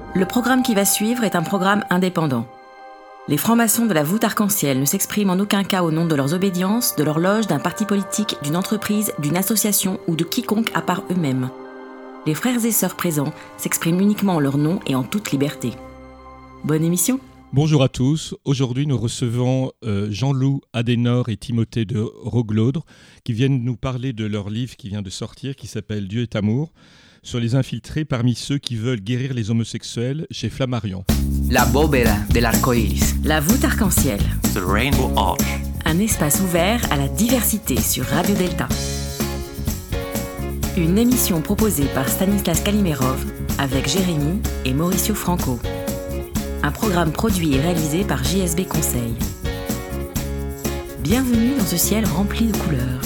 Le programme qui va suivre est un programme indépendant. Les francs-maçons de la voûte arc-en-ciel ne s'expriment en aucun cas au nom de leurs obédiences, de leur loge, d'un parti politique, d'une entreprise, d'une association ou de quiconque à part eux-mêmes. Les frères et sœurs présents s'expriment uniquement en leur nom et en toute liberté. Bonne émission. Bonjour à tous. Aujourd'hui, nous recevons Jean-Loup Adenor et Timothée de Roglaudre qui viennent nous parler de leur livre qui vient de sortir, qui s'appelle Dieu est amour, sur les infiltrés parmi ceux qui veulent guérir les homosexuels chez Flammarion. La bóveda del arco iris. La voûte arc-en-ciel. The Rainbow Arch. Un espace ouvert à la diversité sur Radio Delta. Une émission proposée par Stanislas Kalimerov avec Jérémy et Mauricio Franco. Un programme produit et réalisé par JSB Conseil. Bienvenue dans ce ciel rempli de couleurs.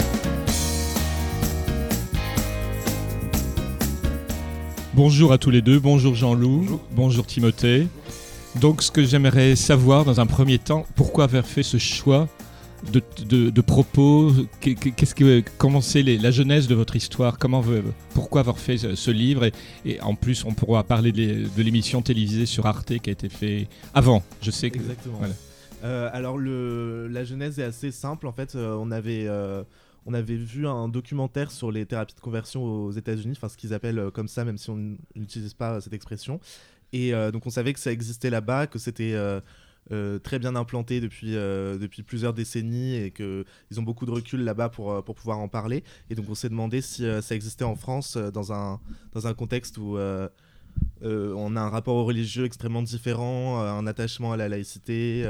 Bonjour à tous les deux, bonjour Jean-Loup, bonjour Timothée. Donc ce que j'aimerais savoir dans un premier temps, pourquoi avoir fait ce choix de propos, comment c'est la genèse de votre histoire, pourquoi avoir fait ce livre et en plus on pourra parler de l'émission télévisée sur Arte qui a été fait avant, je sais que... Exactement. Voilà. Alors la genèse est assez simple en fait, on avait vu un documentaire sur les thérapies de conversion aux États-Unis, enfin ce qu'ils appellent comme ça même si on n'utilise pas cette expression, et donc on savait que ça existait là-bas, que c'était... très bien implanté depuis plusieurs décennies et qu'ils ont beaucoup de recul là-bas pour pouvoir en parler. Et donc on s'est demandé si ça existait en France dans un contexte où on a un rapport au religieux extrêmement différent, un attachement à la laïcité,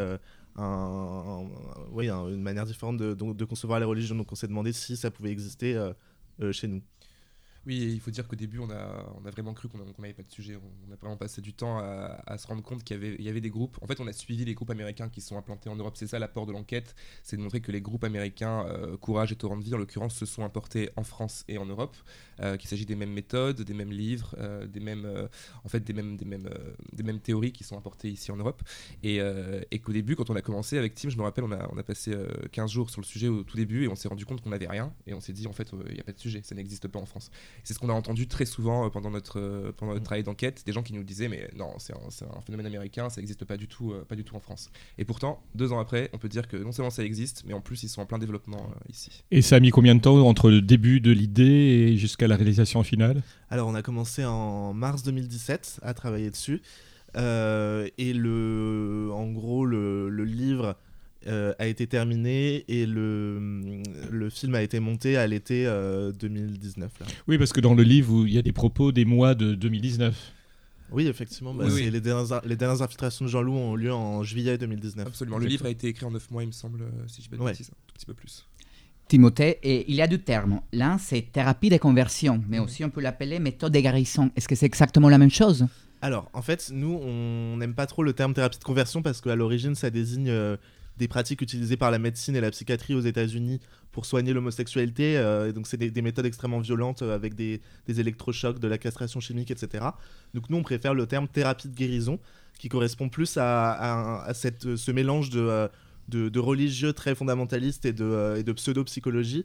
une manière différente de concevoir les religions. Donc on s'est demandé si ça pouvait exister chez nous. Oui, et il faut dire qu'au début, on a vraiment cru qu'on n'avait pas de sujet. On a vraiment passé du temps à se rendre compte qu'il y avait des groupes. En fait, on a suivi les groupes américains qui sont implantés en Europe. C'est ça l'apport de l'enquête, c'est de montrer que les groupes américains, Courage et Torrent de Vie, en l'occurrence, se sont importés en France et en Europe, qu'il s'agit des mêmes méthodes, des mêmes livres, des mêmes théories qui sont importées ici en Europe. Et qu'au début, quand on a commencé avec Tim, je me rappelle, on a passé 15 jours sur le sujet au tout début et on s'est rendu compte qu'on n'avait rien. Et on s'est dit, en fait, il n'y a pas de sujet, ça n'existe pas en France. C'est ce qu'on a entendu très souvent pendant notre travail d'enquête, des gens qui nous disaient mais non, c'est un phénomène américain, ça n'existe pas du tout en France. Et pourtant, 2 ans après, on peut dire que non seulement ça existe, mais en plus ils sont en plein développement ici. Et ça a mis combien de temps entre le début de l'idée et jusqu'à la réalisation finale ? Alors on a commencé en mars 2017 à travailler dessus, et en gros le livre a été terminé et le film a été monté à l'été 2019 là. Oui, parce que dans le livre il y a des propos des mois de 2019. Oui, effectivement, oui. Les dernières infiltrations de Jean-Loup ont lieu en juillet 2019. Absolument, le livre a été écrit en 9 mois il me semble, si je ne dis pas de bêtises, un tout petit peu plus. Timothée, et il y a 2 termes. L'un, c'est thérapie de conversion, mais aussi on peut l'appeler méthode de guérison. Est-ce que c'est exactement la même chose ? Alors, en fait, nous, on n'aime pas trop le terme thérapie de conversion parce qu'à l'origine, ça désigne des pratiques utilisées par la médecine et la psychiatrie aux États-Unis pour soigner l'homosexualité. Et donc, c'est des méthodes extrêmement violentes avec des électrochocs, de la castration chimique, etc. Donc, nous, on préfère le terme thérapie de guérison qui correspond plus à ce mélange de religieux très fondamentalistes et de pseudo-psychologie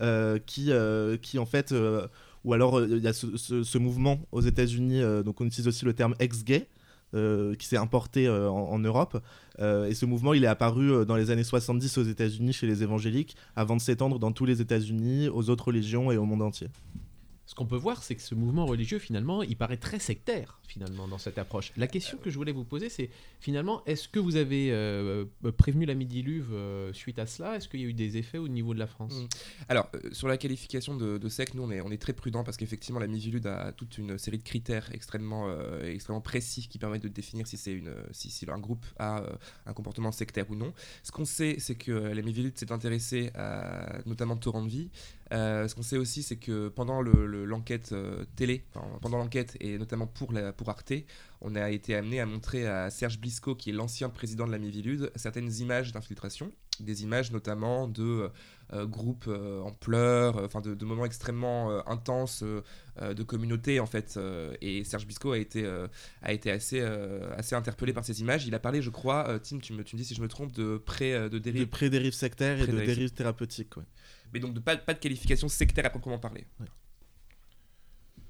qui en fait... ou alors, il y a ce mouvement aux États-Unis, donc on utilise aussi le terme ex-gay, qui s'est importé en Europe. Et ce mouvement, il est apparu dans les années 70 aux États-Unis chez les évangéliques, avant de s'étendre dans tous les États-Unis, aux autres religions et au monde entier. Ce qu'on peut voir, c'est que ce mouvement religieux, finalement, il paraît très sectaire, finalement, dans cette approche. La question que je voulais vous poser, c'est, finalement, est-ce que vous avez prévenu la Midiluve suite à cela ? Est-ce qu'il y a eu des effets au niveau de la France ? Alors, sur la qualification de secte, nous, on est très prudents parce qu'effectivement, la Midiluve a toute une série de critères extrêmement précis qui permettent de définir si un groupe a un comportement sectaire ou non. Ce qu'on sait, c'est que la Midiluve s'est intéressée à notamment Torrent de Vie. Ce qu'on sait aussi, c'est que pendant l'enquête télé, pendant l'enquête et notamment pour Arte, on a été amené à montrer à Serge Blisco, qui est l'ancien président de la Mivilude, certaines images d'infiltration, des images notamment de groupes en pleurs, de moments extrêmement intenses de communauté en fait. Et Serge Blisco a été assez interpellé par ces images. Il a parlé, je crois, Tim, tu me dis si je me trompe, de dérives. De pré-dérives sectaires et de dérives thérapeutiques. Ouais. Mais donc pas de qualification sectaire à proprement parler. Ouais.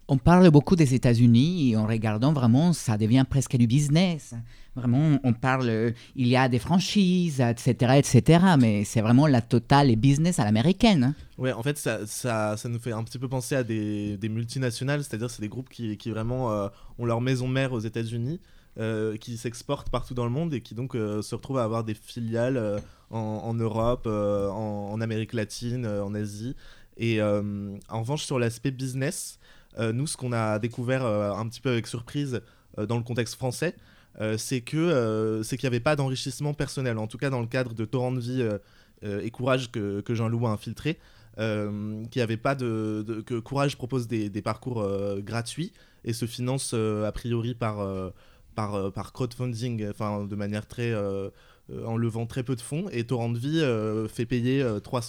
On parle beaucoup des États-Unis et en regardant vraiment, ça devient presque du business. Vraiment, on parle, il y a des franchises, etc. Mais c'est vraiment la totale et business à l'américaine. Ouais, en fait, ça nous fait un petit peu penser à des multinationales, c'est-à-dire c'est des groupes qui vraiment ont leur maison mère aux États-Unis, qui s'exportent partout dans le monde et qui donc se retrouvent à avoir des filiales en Europe, en Amérique latine, en Asie. Et en revanche, sur l'aspect business, nous, ce qu'on a découvert un petit peu avec surprise dans le contexte français, c'est qu'il n'y avait pas d'enrichissement personnel. En tout cas, dans le cadre de Torrent de Vie et Courage que Jean-Loup a infiltré, qu'il n'y avait pas que Courage propose des parcours gratuits et se finance a priori par crowdfunding, enfin de manière très en levant très peu de fonds, et Torrent de Vie fait payer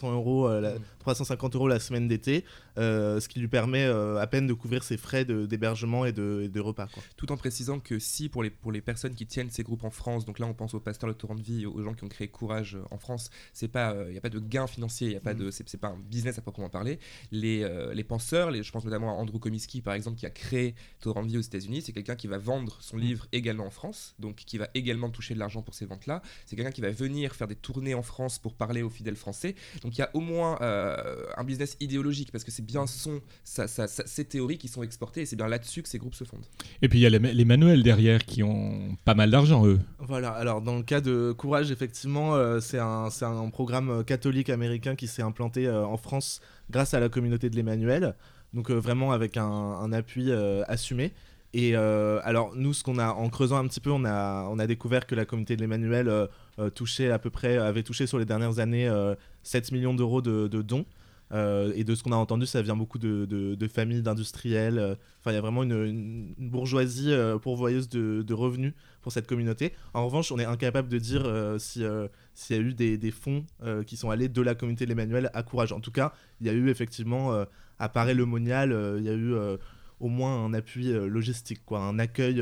350 € la semaine d'été, ce qui lui permet à peine de couvrir ses frais d'hébergement et de repas, quoi. Tout en précisant que si pour les personnes qui tiennent ces groupes en France, donc là on pense aux pasteurs de Torrent de Vie, aux gens qui ont créé Courage en France, c'est pas, il n'y a pas de gain financier, il y a pas de, c'est pas un business à proprement parler. Les penseurs, je pense notamment à Andrew Comiskey par exemple qui a créé Torrent de Vie aux États-Unis, c'est quelqu'un qui va vendre son livre également en France, donc qui va également toucher de l'argent pour ces ventes-là. C'est quelqu'un qui va venir faire des tournées en France pour parler aux fidèles français. Donc il y a au moins un business idéologique, parce que c'est bien ces théories qui sont exportées et c'est bien là-dessus que ces groupes se fondent. Et puis il y a les manuels derrière qui ont pas mal d'argent, eux. Voilà, alors dans le cas de Courage, effectivement, c'est un programme catholique américain qui s'est implanté en France grâce à la communauté de l'Emmanuel, donc vraiment avec un appui assumé. Et alors nous, en creusant un petit peu, on a découvert que la communauté de l'Emmanuel avait touché sur les dernières années 7 millions d'euros de dons. Et de ce qu'on a entendu, ça vient beaucoup de familles, d'industriels. Enfin, il y a vraiment une bourgeoisie pourvoyeuse de revenus pour cette communauté. En revanche, on est incapable de dire s'il y a eu des fonds qui sont allés de la communauté de l'Emmanuel à Courage. En tout cas, il y a eu effectivement, à Paray-le-Monial, il y a eu au moins un appui logistique, quoi, un accueil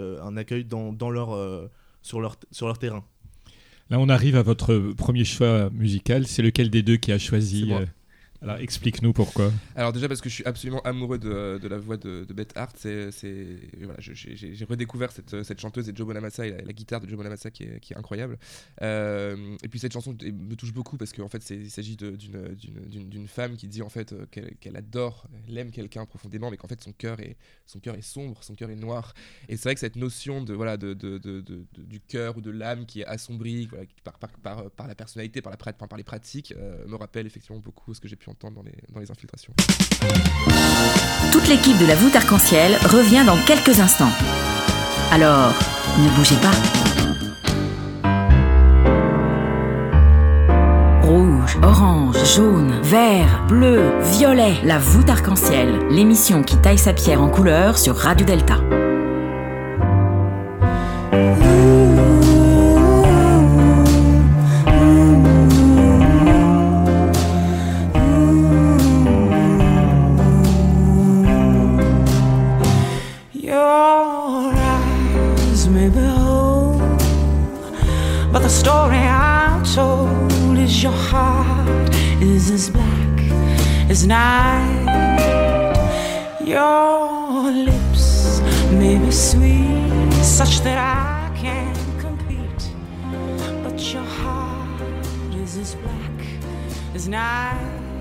sur leur terrain. Là, on arrive à votre premier choix musical. C'est lequel des deux qui a choisi Alors, explique-nous pourquoi. Alors déjà parce que je suis absolument amoureux de la voix de Beth Hart. Voilà, j'ai redécouvert cette chanteuse et Joe Bonamassa et la guitare de Joe Bonamassa qui est incroyable. Et puis cette chanson me touche beaucoup parce qu'en fait il s'agit d'une femme qui dit en fait qu'elle adore, elle aime quelqu'un profondément, mais qu'en fait son cœur est sombre, son cœur est noir. Et c'est vrai que cette notion du cœur ou de l'âme qui est assombrie, voilà, par la personnalité, par les pratiques, me rappelle effectivement beaucoup ce que j'ai pu entendre dans les infiltrations. Toute l'équipe de la voûte arc-en-ciel revient dans quelques instants. Alors, ne bougez pas. Rouge, orange, jaune, vert, bleu, violet. La voûte arc-en-ciel, l'émission qui taille sa pierre en couleurs sur Radio Delta. But the story I told is your heart is as black as night. Your lips may be sweet, such that I can't compete. But your heart is as black as night.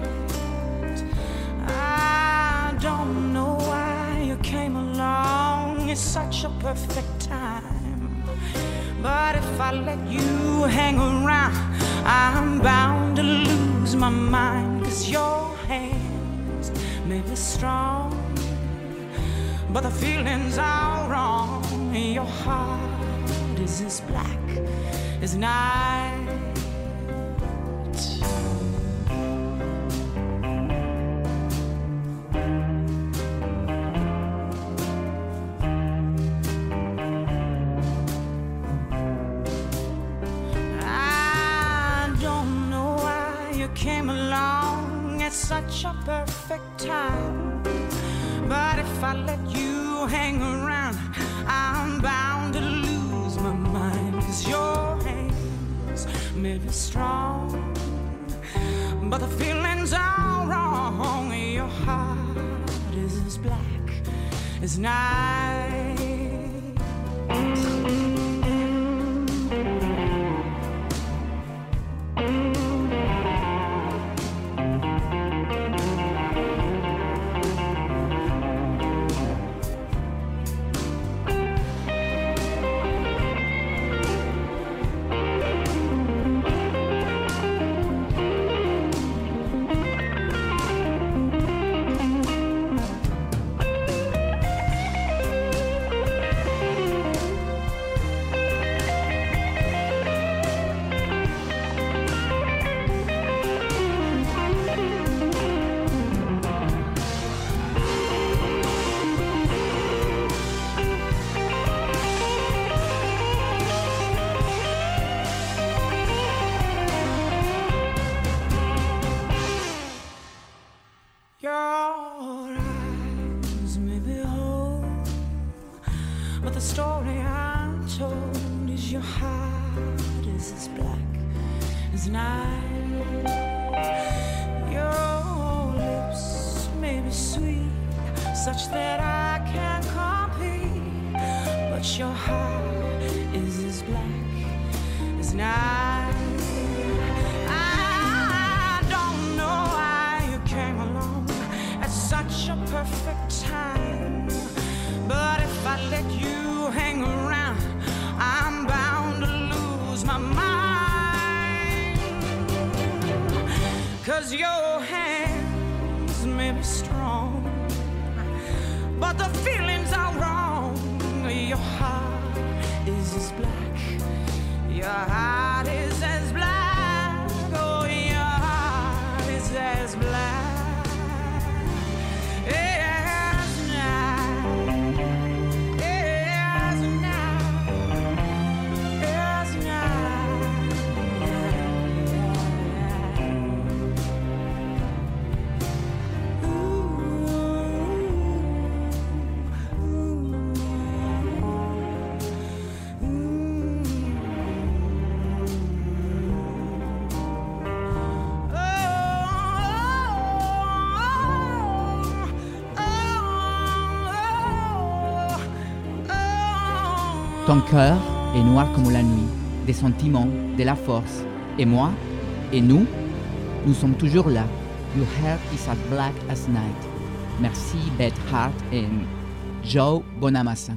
I don't know why you came along, it's such a perfect time. But if I let you hang around, I'm bound to lose my mind. 'Cause your hands may be strong, but the feelings are wrong. Your heart is as black as night. Came along at such a perfect time. But if I let you hang around, I'm bound to lose my mind. 'Cause your hands may be strong, but the feelings are wrong. Your heart is as black is night. Your eyes may be whole, but the story I'm told is your heart is as black as night. Your lips may be sweet, such that I can't compete, but your heart is as black as night. I don't know why you came along at such a perfect time, but if I let you hang around, I'm bound to lose my mind. 'Cause your hands may be strong, but the feelings are wrong. Your heart is as black. Your heart is as black. Oh, your heart is as black as night. As night. As night. Ton cœur est noir comme la nuit, des sentiments, de la force. Et moi, et nous sommes toujours là. Your heart is as black as night. Merci Beth Hart et Joe Bonamassa.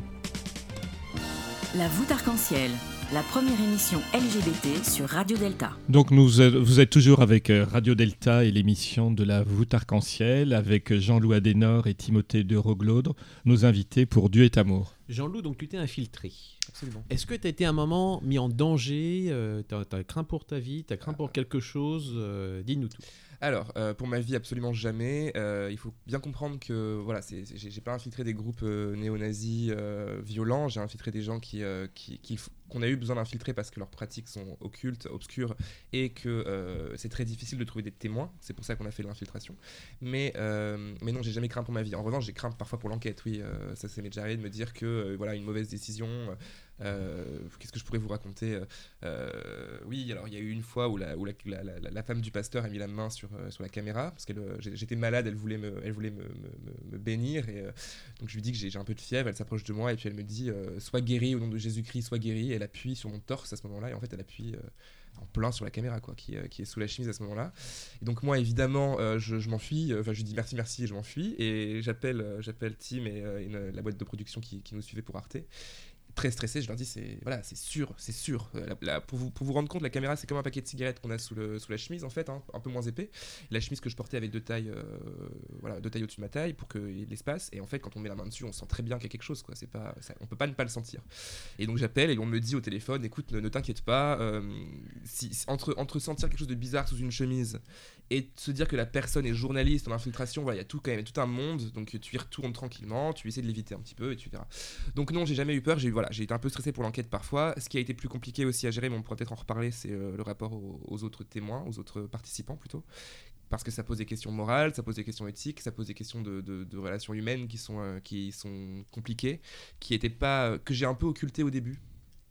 La voûte arc-en-ciel, la première émission LGBT sur Radio Delta. Donc vous êtes toujours avec Radio Delta et l'émission de la voûte arc-en-ciel avec Jean-Loup Adenor et Timothée de Roglodre, nos invités pour Dieu est amour. Jean-Loup, donc tu t'es infiltré. Absolument. Est-ce que tu as été un moment mis en danger, tu as craint pour ta vie, tu as craint pour quelque chose, dis-nous tout. Alors, pour ma vie, absolument jamais. Il faut bien comprendre que voilà, j'ai pas infiltré des groupes néo-nazis violents, j'ai infiltré des gens qu'on a eu besoin d'infiltrer parce que leurs pratiques sont occultes, obscures, et que c'est très difficile de trouver des témoins. C'est pour ça qu'on a fait l'infiltration. Mais non, j'ai jamais craint pour ma vie. En revanche, j'ai craint parfois pour l'enquête, oui. Ça m'est déjà arrivé de me dire que voilà, une mauvaise décision... qu'est-ce que je pourrais vous raconter oui, alors il y a eu une fois où la femme du pasteur a mis la main sur la caméra parce que j'étais malade, elle voulait me bénir et donc je lui dis que j'ai un peu de fièvre, elle s'approche de moi et puis elle me dit sois guéri au nom de Jésus-Christ, sois guéri, et elle appuie sur mon torse à ce moment-là et en fait elle appuie en plein sur la caméra quoi, qui est sous la chemise à ce moment-là. Et donc moi évidemment je m'enfuis, je lui dis merci et je m'enfuis et j'appelle Tim et la boîte de production qui nous suivait pour Arte. Très stressé, je leur dis c'est sûr. Pour vous rendre compte, la caméra c'est comme un paquet de cigarettes qu'on a sous la chemise en fait, hein, un peu moins épais. La chemise que je portais avait deux tailles au-dessus de ma taille pour qu'il y ait de l'espace. Et en fait, quand on met la main dessus, on sent très bien qu'il y a quelque chose, quoi. On peut pas ne pas le sentir. Et donc j'appelle et on me dit au téléphone, écoute, ne t'inquiète pas, entre sentir quelque chose de bizarre sous une chemise et se dire que la personne est journaliste en infiltration, voilà, il y a tout un monde. Donc tu y retournes tranquillement, tu essaies de l'éviter un petit peu et tu verras. Donc non, j'ai jamais eu peur. J'ai été un peu stressé pour l'enquête parfois. Ce qui a été plus compliqué aussi à gérer, mais on pourra peut-être en reparler, c'est le rapport aux autres témoins, aux autres participants plutôt. Parce que ça pose des questions morales, ça pose des questions éthiques, ça pose des questions de relations humaines qui sont compliquées, que j'ai un peu occultées au début.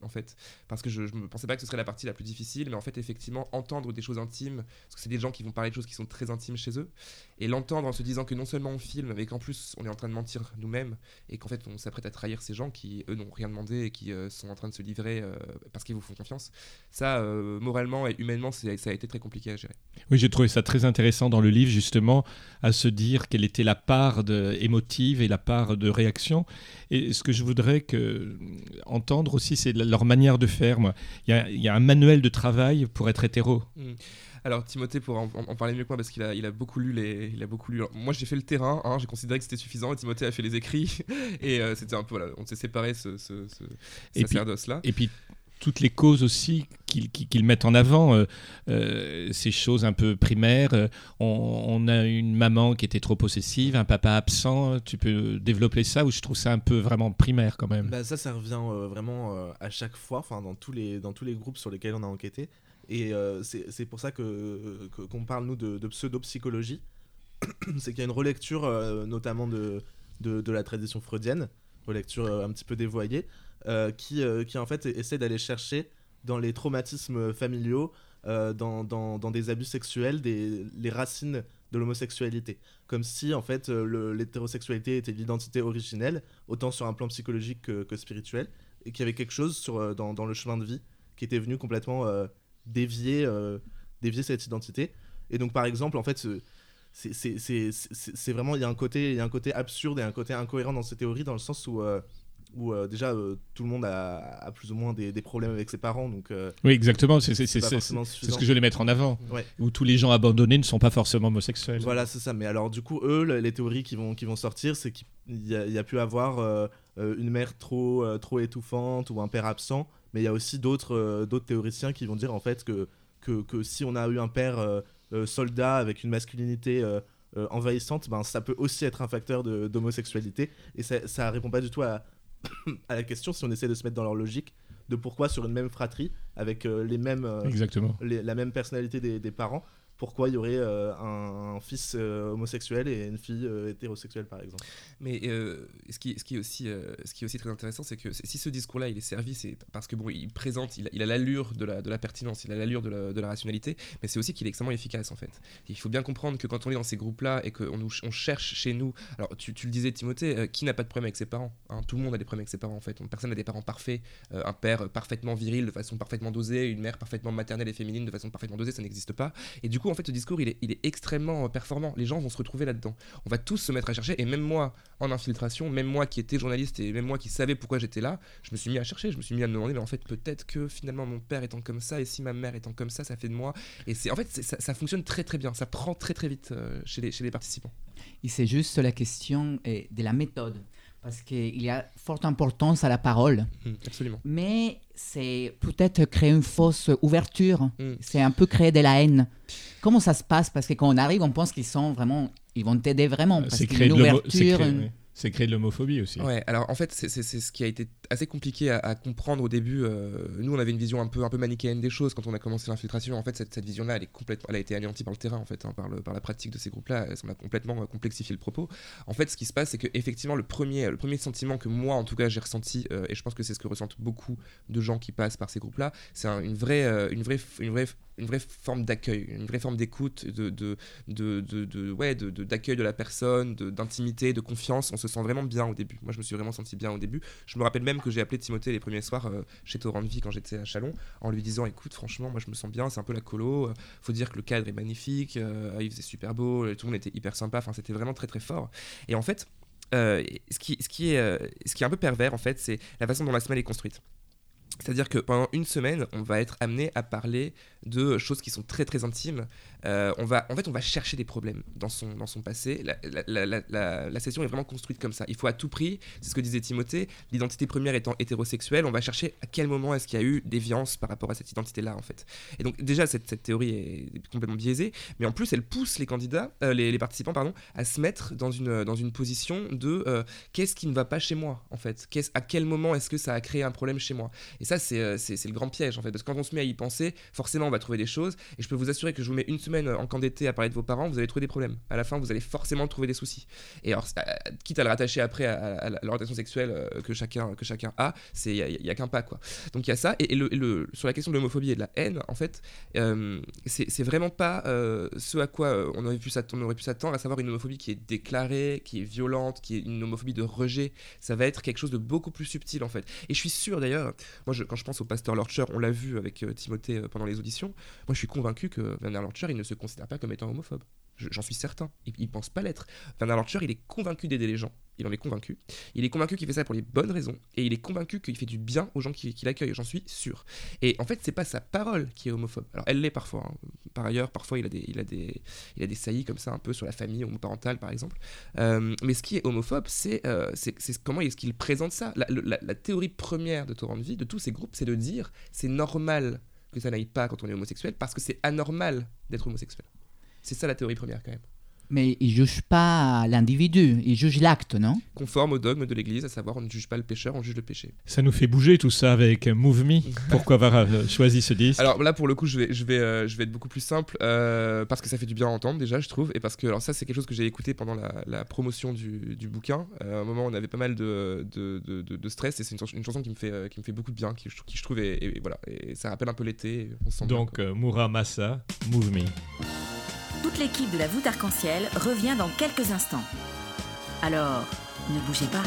en fait, parce que je me pensais pas que ce serait la partie la plus difficile, mais en fait effectivement entendre des choses intimes, parce que c'est des gens qui vont parler de choses qui sont très intimes chez eux, et l'entendre en se disant que non seulement on filme, mais qu'en plus on est en train de mentir nous-mêmes, et qu'en fait on s'apprête à trahir ces gens qui eux n'ont rien demandé et qui sont en train de se livrer parce qu'ils vous font confiance, ça moralement et humainement ça a été très compliqué à gérer. Oui, j'ai trouvé ça très intéressant dans le livre justement, à se dire quelle était la part émotive et la part de réaction, et ce que je voudrais entendre aussi, c'est leur manière de faire. Moi. Il y a un manuel de travail pour être hétéro. Alors Timothée pourra en parler mieux que moi parce qu'il a beaucoup lu Alors, moi j'ai fait le terrain, j'ai considéré que c'était suffisant, et Timothée a fait les écrits et c'était un peu voilà, on s'est séparés ce sacerdoce là. Et puis toutes les causes aussi qu'ils mettent en avant, ces choses un peu primaires. On a une maman qui était trop possessive, un papa absent. Tu peux développer ça, ou je trouve ça un peu vraiment primaire quand même. Bah ça revient vraiment à chaque fois, dans tous les groupes sur lesquels on a enquêté. Et c'est pour ça qu'on parle nous de pseudo-psychologie. C'est qu'il y a une relecture notamment de la tradition freudienne, relecture un petit peu dévoyée, qui en fait essaie d'aller chercher dans les traumatismes familiaux, dans des abus sexuels, les racines de l'homosexualité. Comme si en fait l'hétérosexualité était l'identité originelle, autant sur un plan psychologique que spirituel, et qu'il y avait quelque chose dans le chemin de vie qui était venu complètement dévier cette identité. Et donc par exemple en fait c'est vraiment, il y a un côté absurde et un côté incohérent dans ces théories, dans le sens où déjà tout le monde a plus ou moins des problèmes avec ses parents, donc oui exactement, c'est ce que je voulais mettre en avant, ouais. Où tous les gens abandonnés ne sont pas forcément homosexuels. Voilà, c'est ça. Mais alors du coup les théories qui vont sortir, c'est qu'il y a pu avoir une mère trop étouffante ou un père absent, mais il y a aussi d'autres théoriciens qui vont dire en fait que si on a eu un père soldat avec une masculinité envahissante, ben ça peut aussi être un facteur d'homosexualité, et ça répond pas du tout à la question, si on essaie de se mettre dans leur logique, de pourquoi sur une même fratrie avec les mêmes la même personnalité des parents, pourquoi il y aurait un fils homosexuel et une fille hétérosexuelle par exemple. Mais ce qui est aussi très intéressant, c'est que si ce discours-là il est servi, c'est parce que bon, il a l'allure de la pertinence, il a l'allure de la rationalité, mais c'est aussi qu'il est extrêmement efficace en fait. Et il faut bien comprendre que quand on est dans ces groupes-là et qu'on cherche chez nous, alors tu le disais Timothée, qui n'a pas de problème avec ses parents, tout le monde a des problèmes avec ses parents en fait. Personne n'a des parents parfaits, un père parfaitement viril de façon parfaitement dosée, une mère parfaitement maternelle et féminine de façon parfaitement dosée, ça n'existe pas. Et du coup en fait ce discours il est extrêmement performant, les gens vont se retrouver là-dedans, on va tous se mettre à chercher, et même moi en infiltration, même moi qui étais journaliste et même moi qui savais pourquoi j'étais là, je me suis mis à chercher, je me suis mis à me demander mais en fait peut-être que finalement mon père étant comme ça, et si ma mère étant comme ça fait de moi, et ça fonctionne très très bien, ça prend très très vite chez les participants. Et c'est juste la question de la méthode, parce qu'il y a forte importance à la parole. Absolument. Mais c'est peut-être créer une fausse ouverture. C'est un peu créer de la haine. Comment ça se passe? Parce que quand on arrive, on pense qu'ils vont t'aider vraiment. Parce c'est qu'il y a une ouverture. C'est créer de l'homophobie aussi. Ouais, alors en fait, c'est ce qui a été assez compliqué à comprendre au début. Nous, on avait une vision un peu manichéenne des choses quand on a commencé l'infiltration. En fait, cette vision-là, elle a été anéantie par le terrain, en fait, par la pratique de ces groupes-là. On a complètement complexifié le propos. En fait, ce qui se passe, c'est que effectivement, le premier sentiment que moi, en tout cas, j'ai ressenti, et je pense que c'est ce que ressentent beaucoup de gens qui passent par ces groupes-là, c'est une vraie forme d'accueil, une vraie forme d'écoute, d'accueil de la personne, d'intimité, de confiance. On se sent vraiment bien au début. Moi, je me suis vraiment senti bien au début. Je me rappelle même que j'ai appelé Timothée les premiers soirs chez Torrent de Vie quand j'étais à Chalon, en lui disant écoute, franchement, moi je me sens bien, c'est un peu la colo. Faut dire que le cadre est magnifique, il faisait super beau, tout le monde était hyper sympa. Enfin, c'était vraiment très très fort. Et en fait, ce qui est un peu pervers, en fait, c'est la façon dont la semaine est construite. C'est-à-dire que pendant une semaine, on va être amené à parler de choses qui sont très très intimes. On va chercher des problèmes dans son passé. La session est vraiment construite comme ça. Il faut à tout prix, c'est ce que disait Timothée, l'identité première étant hétérosexuelle, on va chercher à quel moment est-ce qu'il y a eu déviance par rapport à cette identité-là en fait. Et donc déjà cette théorie est complètement biaisée, mais en plus elle pousse les candidats, les participants à se mettre dans une position de qu'est-ce qui ne va pas chez moi en fait. À quel moment est-ce que ça a créé un problème chez moi. Et ça, c'est le grand piège, en fait, parce que quand on se met à y penser, forcément, on va trouver des choses, et je peux vous assurer que je vous mets une semaine en camp d'été à parler de vos parents, vous allez trouver des problèmes. À la fin, vous allez forcément trouver des soucis. Et alors, quitte à le rattacher après à l'orientation sexuelle que chacun a, il y a qu'un pas, quoi. Donc il y a ça, et sur la question de l'homophobie et de la haine, en fait, c'est vraiment pas ce à quoi on aurait pu s'attendre, à savoir une homophobie qui est déclarée, qui est violente, qui est une homophobie de rejet. Ça va être quelque chose de beaucoup plus subtil, en fait. Et je suis sûr, d'ailleurs, moi, quand je pense au pasteur Lorcher, on l'a vu avec Timothée pendant les auditions, moi je suis convaincu que Werner Lorcher, il ne se considère pas comme étant homophobe. J'en suis certain. Il pense pas l'être. Werner Lorcher, il est convaincu d'aider les gens. Il en est convaincu. Il est convaincu qu'il fait ça pour les bonnes raisons. Et il est convaincu qu'il fait du bien aux gens qui l'accueillent. J'en suis sûr. Et en fait, c'est pas sa parole qui est homophobe. Alors, elle l'est parfois. Hein. Par ailleurs, parfois, il a des saillies comme ça, un peu sur la famille homoparentale, par exemple. Mais ce qui est homophobe, c'est comment est-ce qu'il présente ça. La théorie première de Torrent de Vie, de tous ces groupes, c'est de dire c'est normal que ça n'aille pas quand on est homosexuel parce que c'est anormal d'être homosexuel. C'est ça la théorie première, quand même. Mais il ne juge pas l'individu, il juge l'acte, non ? Conforme au dogme de l'Église, à savoir on ne juge pas le pécheur, on juge le péché. Ça nous fait bouger tout ça avec Move Me. Pourquoi avoir choisi ce disque ? Alors là, pour le coup, je vais être beaucoup plus simple, parce que ça fait du bien à entendre déjà, je trouve, et parce que alors ça, c'est quelque chose que j'ai écouté pendant la promotion du bouquin. À un moment, on avait pas mal de stress, et c'est une chanson qui me fait beaucoup de bien, qui je trouve, et voilà, et ça rappelle un peu l'été. On se sent donc bien, Moura Massa, Move Me. Toute l'équipe de la voûte arc-en-ciel revient dans quelques instants. Alors, ne bougez pas.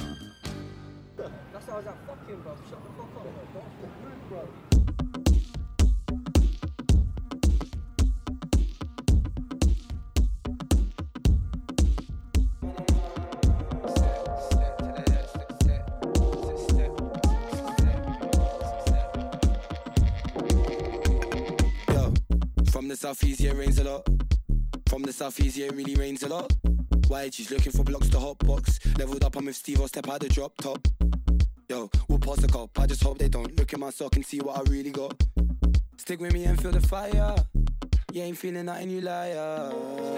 From the southeast, yeah, rains a lot. From the southeast, yeah, it really rains a lot. YG's looking for blocks to hot box. Leveled up, I'm with Steve, I'll step out the drop top. Yo, we'll pass the cop. I just hope they don't look at my sock and see what I really got. Stick with me and feel the fire. You ain't feeling nothing, you liar.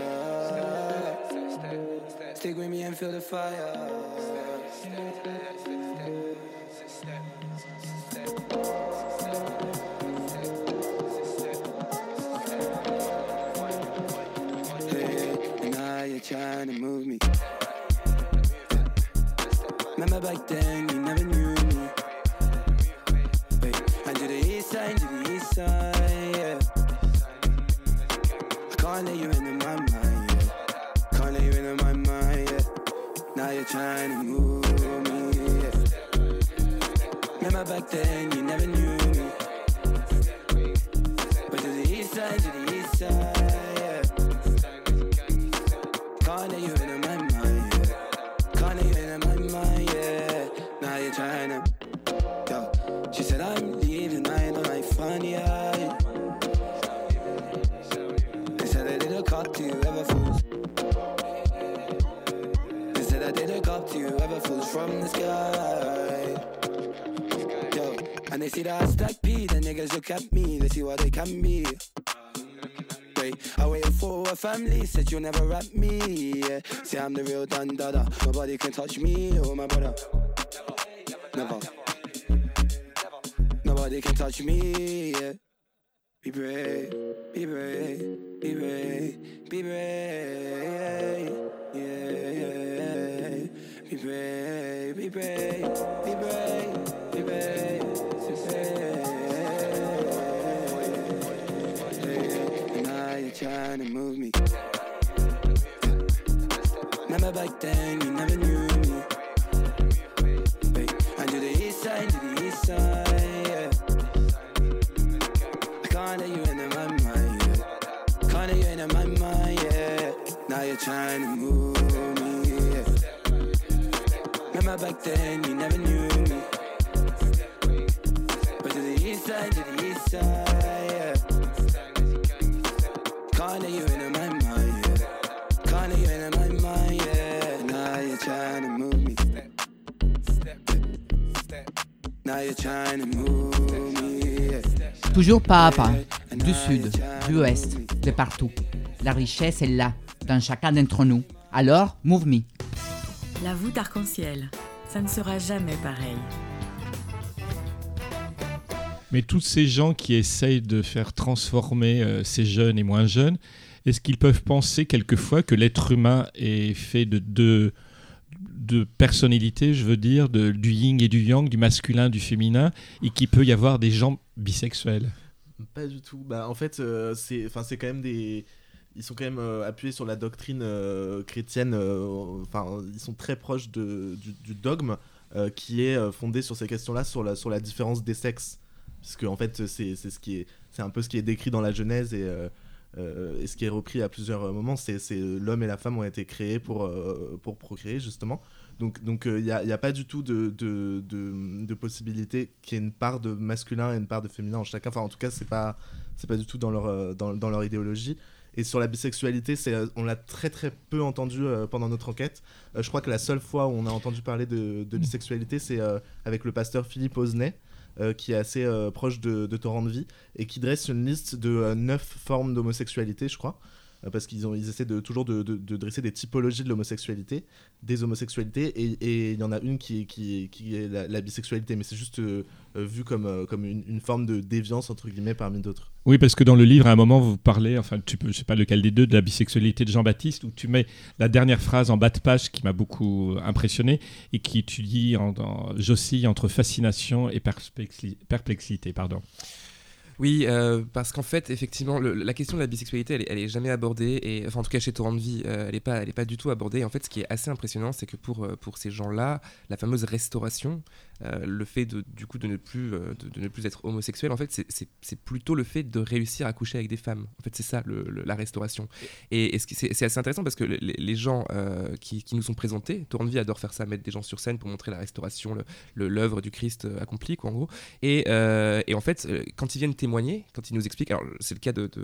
Stick with me and feel the fire. You're trying to move me. Remember back then, you never knew me. Wait, and to the east side, yeah. I can't let you into my mind, yeah. Can't let you into my mind, yeah. Now you're trying to move me, yeah. Remember back then, you never knew me. But to the east side, yeah. Can't let you into my mind, yeah. Can't let you into my mind, yeah. Now you're trying to, yo. She said I'm leaving, I don't like funny, yeah. They said I did look up to you, ever fools. They said I did look up to you, ever fools from the sky. Yo, and they see that I stack P, the niggas look at me, they see what they can be. I waited for a family, said you'll never rap me, yeah. See I'm the real Don Dada, nobody can touch me, oh my brother. Never. Nobody can touch me, yeah. Be brave, be brave, be brave, be brave, yeah. Be brave, be brave, be brave, be brave, be brave. Trying to move me. Remember back then, you never knew me. Wait, and to the east side, yeah. I can't let you into my mind, yeah. Can't let you into my mind, yeah. Now you're trying to move me, yeah. Remember back then, you never knew me. But to the east side, yeah. Can't let you into my mind, yeah. Can't let you into my mind, yeah. Now you're trying to move me. Now you're trying to move me, yeah. Toujours pas à pas, du sud, du ouest, de partout. La richesse est là, dans chacun d'entre nous. Alors, move me. La voûte arc-en-ciel, ça ne sera jamais pareil. Mais tous ces gens qui essayent de faire transformer ces jeunes et moins jeunes, est-ce qu'ils peuvent penser quelquefois que l'être humain est fait de personnalité, je veux dire, du yin et du yang, du masculin, du féminin, et qu'il peut y avoir des gens bisexuels? Pas du tout. En fait, c'est quand même des... Ils sont quand même appuyés sur la doctrine chrétienne. Ils sont très proches du dogme qui est fondé sur ces questions-là, sur la différence des sexes. Parce que en fait, c'est un peu ce qui est décrit dans la Genèse et ce qui est repris à plusieurs moments. C'est l'homme et la femme ont été créés pour procréer, justement. Donc il n'y a pas du tout de possibilité qu'il y ait une part de masculin et une part de féminin en chacun. Enfin, en tout cas, c'est pas du tout dans leur idéologie. Et sur la bisexualité, on l'a très très peu entendu pendant notre enquête. Je crois que la seule fois où on a entendu parler de bisexualité, c'est avec le pasteur Philippe Osnay, qui est assez proche de Torrent de Vie, et qui dresse une liste de 9 formes d'homosexualité, je crois. Parce qu'ils essaient toujours de dresser des typologies de l'homosexualité, des homosexualités, et il y en a une qui est la bisexualité, mais c'est juste vu comme une forme de déviance, entre guillemets, parmi d'autres. Oui, parce que dans le livre, à un moment, vous parlez, je ne sais pas lequel des deux, de la bisexualité de Jean-Baptiste, où tu mets la dernière phrase en bas de page qui m'a beaucoup impressionné, et qui tu dis j'oscille entre fascination et perplexité. Pardon. Oui, parce qu'en fait, effectivement, la question de la bisexualité, elle est jamais abordée, et enfin, en tout cas chez Torrent de Vie, elle est pas du tout abordée. Et en fait, ce qui est assez impressionnant, c'est que pour ces gens-là, la fameuse restauration, le fait de ne plus être homosexuel, en fait, c'est plutôt le fait de réussir à coucher avec des femmes. En fait, c'est ça la restauration. Et c'est assez intéressant parce que les gens qui nous sont présentés, Torrent de Vie adore faire ça, mettre des gens sur scène pour montrer la restauration, l'œuvre du Christ accomplie, quoi, en gros. Et en fait, quand ils viennent témoigner, quand ils nous expliquent, alors c'est le cas de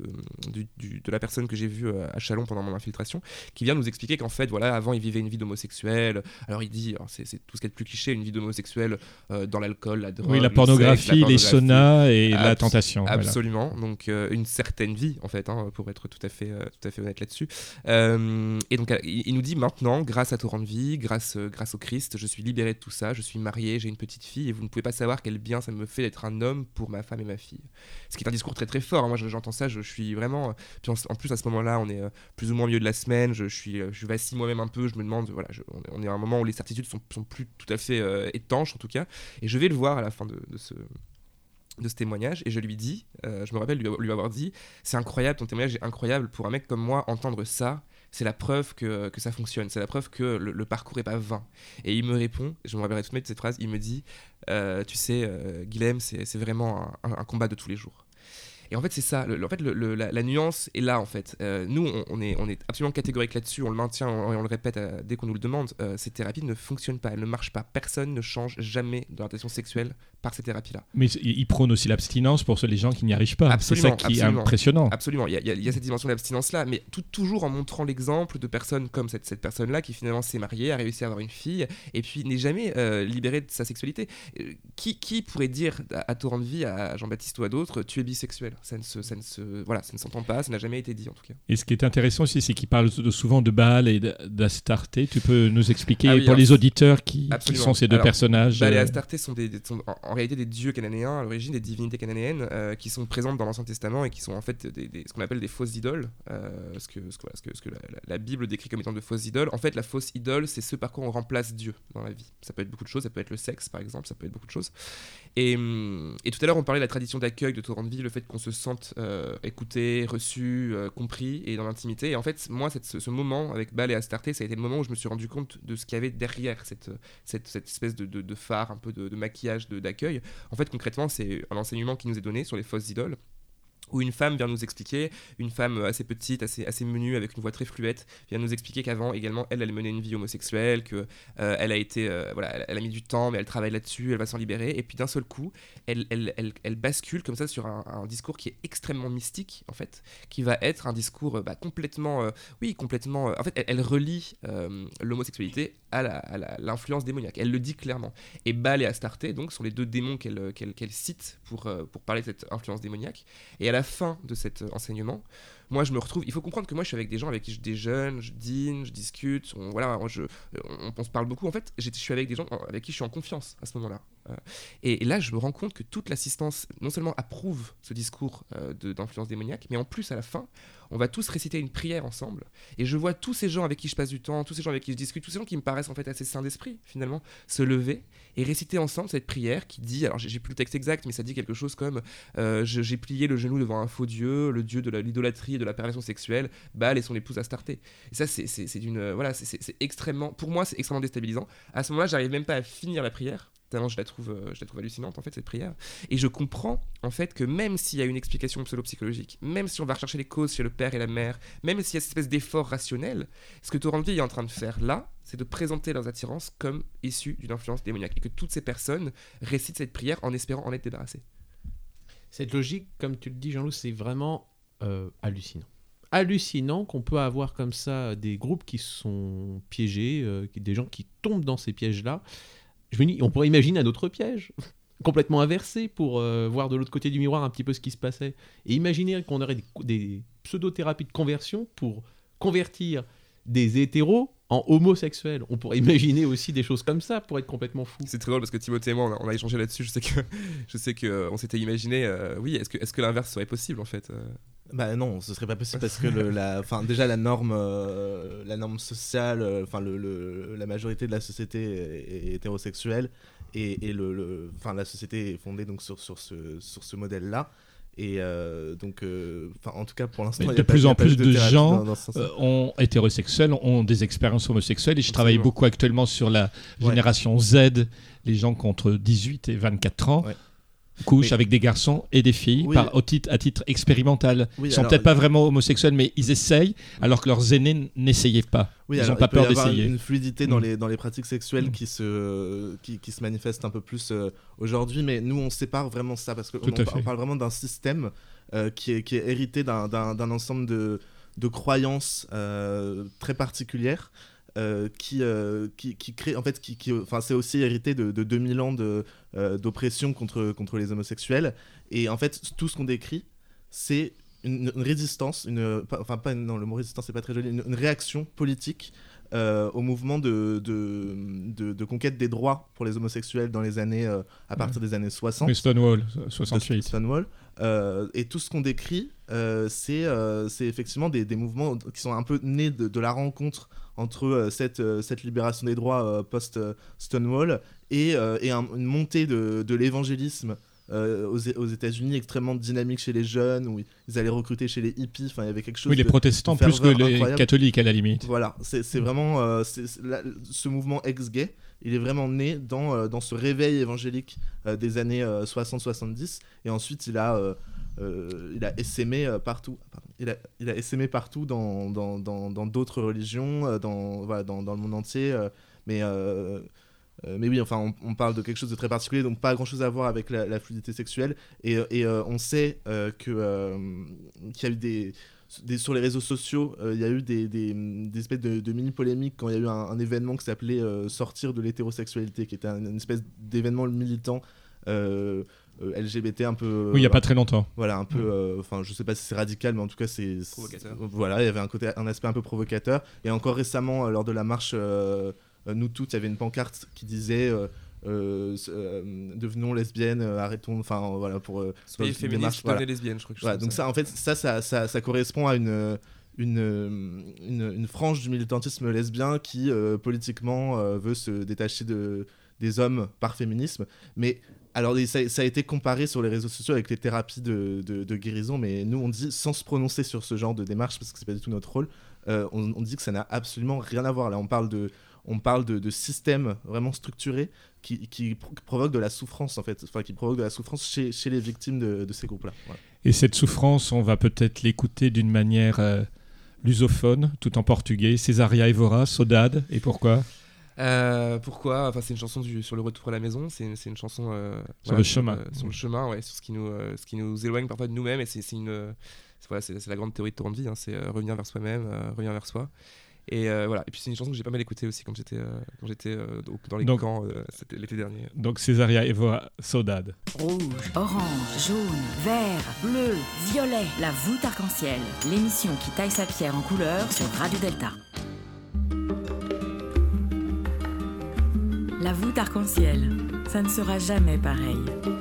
la personne que j'ai vue à Châlons pendant mon infiltration, qui vient nous expliquer qu'en fait, voilà, avant il vivait une vie d'homosexuel. Alors il dit, c'est tout ce qui est le plus cliché, une vie d'homosexuel dans l'alcool, la drogue, la pornographie, les saunas et la tentation. Absolument. Voilà. Donc une certaine vie en fait, pour être tout à fait honnête là-dessus. Et donc il nous dit maintenant, grâce à Torrent de Vie, grâce au Christ, je suis libéré de tout ça, je suis marié, j'ai une petite fille, et vous ne pouvez pas savoir quel bien ça me fait d'être un homme pour ma femme et ma fille. Ce qui est un discours très très fort. Moi j'entends ça, je suis vraiment. Puis en plus à ce moment-là, on est plus ou moins au milieu de la semaine. Je vacille moi-même un peu. Je me demande, voilà, on est à un moment où les certitudes sont plus tout à fait étanches en tout cas. Et je vais le voir à la fin de ce témoignage, et je lui dis, je me rappelle lui avoir dit, c'est incroyable, ton témoignage est incroyable. Pour un mec comme moi, entendre ça, c'est la preuve que ça fonctionne, c'est la preuve que le parcours est pas vain. Et il me répond, je me rappellerai toute de cette phrase, il me dit, tu sais, Guilhem, c'est vraiment un combat de tous les jours. Et en fait, c'est ça. La nuance est là, en fait. Nous, on est absolument catégorique là-dessus. On le maintient et on le répète dès qu'on nous le demande. Ces thérapies ne fonctionnent pas. Elles ne marchent pas. Personne ne change jamais d'orientation sexuelle par ces thérapies-là. Mais ils prônent aussi l'abstinence pour les gens qui n'y arrivent pas. Absolument, c'est ça qui est impressionnant. Absolument. Il y a cette dimension d'abstinence-là, mais toujours en montrant l'exemple de personnes comme cette personne-là qui finalement s'est mariée, a réussi à avoir une fille, et puis n'est jamais libérée de sa sexualité. Qui pourrait dire à Torrent de Vie, à Jean-Baptiste ou à d'autres, tu es bisexuel? Ça ne s'entend pas, ça n'a jamais été dit en tout cas. Et ce qui est intéressant aussi, c'est qu'il parle souvent de Baal et d'Astarté. Tu peux nous expliquer pour les auditeurs qui sont ces deux personnages? Baal et Astarté sont en réalité des dieux cananéens à l'origine, des divinités cananéennes qui sont présentes dans l'Ancien Testament et qui sont en fait ce qu'on appelle des fausses idoles. Ce que la Bible décrit comme étant de fausses idoles. En fait, la fausse idole, c'est ce par quoi on remplace Dieu dans la vie. Ça peut être beaucoup de choses, ça peut être le sexe par exemple, ça peut être beaucoup de choses. Et tout à l'heure, on parlait de la tradition d'accueil de Torrent de Vie, le fait qu'on se sente écouté, reçu, compris et dans l'intimité. Et en fait, moi, ce moment avec Baal et Astarté, ça a été le moment où je me suis rendu compte de ce qu'il y avait derrière cette espèce de phare, un peu de maquillage d'accueil. En fait, concrètement, c'est un enseignement qui nous est donné sur les fausses idoles, où une femme vient nous expliquer, une femme assez petite, assez menue, avec une voix très fluette, vient nous expliquer qu'avant, également, elle menait une vie homosexuelle, que elle a été, elle a mis du temps, mais elle travaille là-dessus, elle va s'en libérer, et puis d'un seul coup, elle bascule comme ça sur un discours qui est extrêmement mystique, en fait, qui va être un discours complètement, en fait, elle relie l'homosexualité à l'influence démoniaque. Elle le dit clairement. Et Baal et Astarté, donc, sont les deux démons qu'elle cite pour parler de cette influence démoniaque. Et à la fin de cet enseignement, moi je me retrouve. Il faut comprendre que moi je suis avec des gens avec qui je déjeune, je dîne, je discute, on se parle beaucoup. En fait, je suis avec des gens avec qui je suis en confiance à ce moment-là. Et là, je me rends compte que toute l'assistance non seulement approuve ce discours d'influence démoniaque, mais en plus à la fin, on va tous réciter une prière ensemble. Et je vois tous ces gens avec qui je passe du temps, tous ces gens avec qui je discute, tous ces gens qui me paraissent en fait assez sains d'esprit finalement, se lever et réciter ensemble cette prière qui dit, alors j'ai plus le texte exact, mais ça dit quelque chose comme j'ai plié le genou devant un faux dieu, le dieu de l'idolâtrie et de la perversion sexuelle, Baal et son épouse Astarté. Et ça c'est extrêmement, pour moi c'est extrêmement déstabilisant. À ce moment-là, j'arrive même pas à finir la prière. Tellement je la trouve hallucinante en fait cette prière, et je comprends en fait que même s'il y a une explication pseudo-psychologique, même si on va rechercher les causes chez le père et la mère, même s'il y a cette espèce d'effort rationnel, ce que Toranvi est en train de faire là, c'est de présenter leurs attirances comme issues d'une influence démoniaque, et que toutes ces personnes récitent cette prière en espérant en être débarrassées. Cette logique, comme tu le dis Jean-Loup, c'est vraiment hallucinant qu'on peut avoir comme ça des groupes qui sont piégés, des gens qui tombent dans ces pièges-là. Je me dis, on pourrait imaginer un autre piège, complètement inversé, pour voir de l'autre côté du miroir un petit peu ce qui se passait. Et imaginer qu'on aurait des pseudo-thérapies de conversion pour convertir des hétéros en homosexuels. On pourrait imaginer aussi des choses comme ça pour être complètement fou. C'est très drôle parce que Timothée et moi, on a échangé là-dessus. Je sais que on s'était imaginé, oui, est-ce que l'inverse serait possible en fait Bah non, ce serait pas possible parce que déjà la norme sociale, la majorité de la société est hétérosexuelle et la société est fondée donc sur ce modèle-là. Et en tout cas pour l'instant, de plus en plus de gens hétérosexuels ont des expériences homosexuelles, et je travaille beaucoup actuellement sur la génération Z, les gens qui ont entre 18 et 24 ans. Ouais. Couchent avec des garçons et des filles à titre expérimental. Ils sont peut-être pas vraiment homosexuels, mais ils essayent, alors que leurs aînés n'essayaient pas. Ils n'ont pas peur d'essayer. Il peut y avoir une fluidité dans les pratiques sexuelles qui se manifeste un peu plus aujourd'hui, mais nous on sépare vraiment ça parce qu'on parle vraiment d'un système qui est hérité d'un ensemble de croyances très particulières. Qui crée en fait c'est aussi hérité de 2000 ans d'oppression contre les homosexuels, et en fait tout ce qu'on décrit c'est une résistance, le mot résistance c'est pas très joli, une réaction politique au mouvement de conquête des droits pour les homosexuels dans les années à partir des années 60. Mais Stonewall 68. Stonewall, et tout ce qu'on décrit c'est effectivement des mouvements qui sont un peu nés de la rencontre entre cette libération des droits post-Stonewall et une montée de l'évangélisme aux États-Unis extrêmement dynamique chez les jeunes, où ils allaient recruter chez les hippies. Enfin, il y avait quelque chose. Oui, les protestants plus que les catholiques à la limite. Voilà, c'est vraiment ce mouvement ex-gay. Il est vraiment né dans ce réveil évangélique des années 60-70, et ensuite il a essaimé partout. Il a essaimé partout dans d'autres religions, dans le monde entier. Mais oui, enfin, on parle de quelque chose de très particulier, donc pas grand-chose à voir avec la fluidité sexuelle. Et on sait qu'il y a eu sur les réseaux sociaux, il y a eu des espèces de mini-polémiques quand il y a eu un événement qui s'appelait Sortir de l'hétérosexualité, qui était une espèce d'événement militant LGBT un peu. Oui, il n'y a pas très longtemps. Voilà, un peu. Je sais pas si c'est radical, mais en tout cas, c'est. Provocateur. Voilà, il y avait un aspect un peu provocateur. Et encore récemment, lors de la marche Nous Toutes, il y avait une pancarte qui disait. Devenons lesbiennes, arrêtons, enfin voilà, pour soyez féministes, devenez lesbiennes, je crois que voilà, donc ça en fait ça correspond à une frange du militantisme lesbien qui politiquement veut se détacher des hommes par féminisme. Mais alors ça a été comparé sur les réseaux sociaux avec les thérapies de guérison, mais nous on dit, sans se prononcer sur ce genre de démarche parce que c'est pas du tout notre rôle, on dit que ça n'a absolument rien à voir. Là on parle de systèmes vraiment structurés qui provoquent de la souffrance en fait, qui provoquent de la souffrance chez les victimes de ces groupes-là. Voilà. Et cette souffrance, on va peut-être l'écouter d'une manière lusophone, tout en portugais. Cesaria Évora, Saudade, et pourquoi ? Pourquoi ? Enfin, c'est une chanson sur le retour à la maison. C'est une chanson sur le chemin. Sur le chemin, ouais, sur ce qui nous éloigne parfois de nous-mêmes. Et c'est la grande théorie de Toranvi, hein, c'est revenir vers soi-même, revenir vers soi. Et voilà. Et puis c'est une chanson que j'ai pas mal écoutée aussi quand j'étais dans les camps, c'était l'été dernier. Donc Césaria Évora, Saudade. Rouge, orange, jaune, vert, bleu, violet. La voûte arc-en-ciel. L'émission qui taille sa pierre en couleurs sur Radio Delta. La voûte arc-en-ciel, ça ne sera jamais pareil.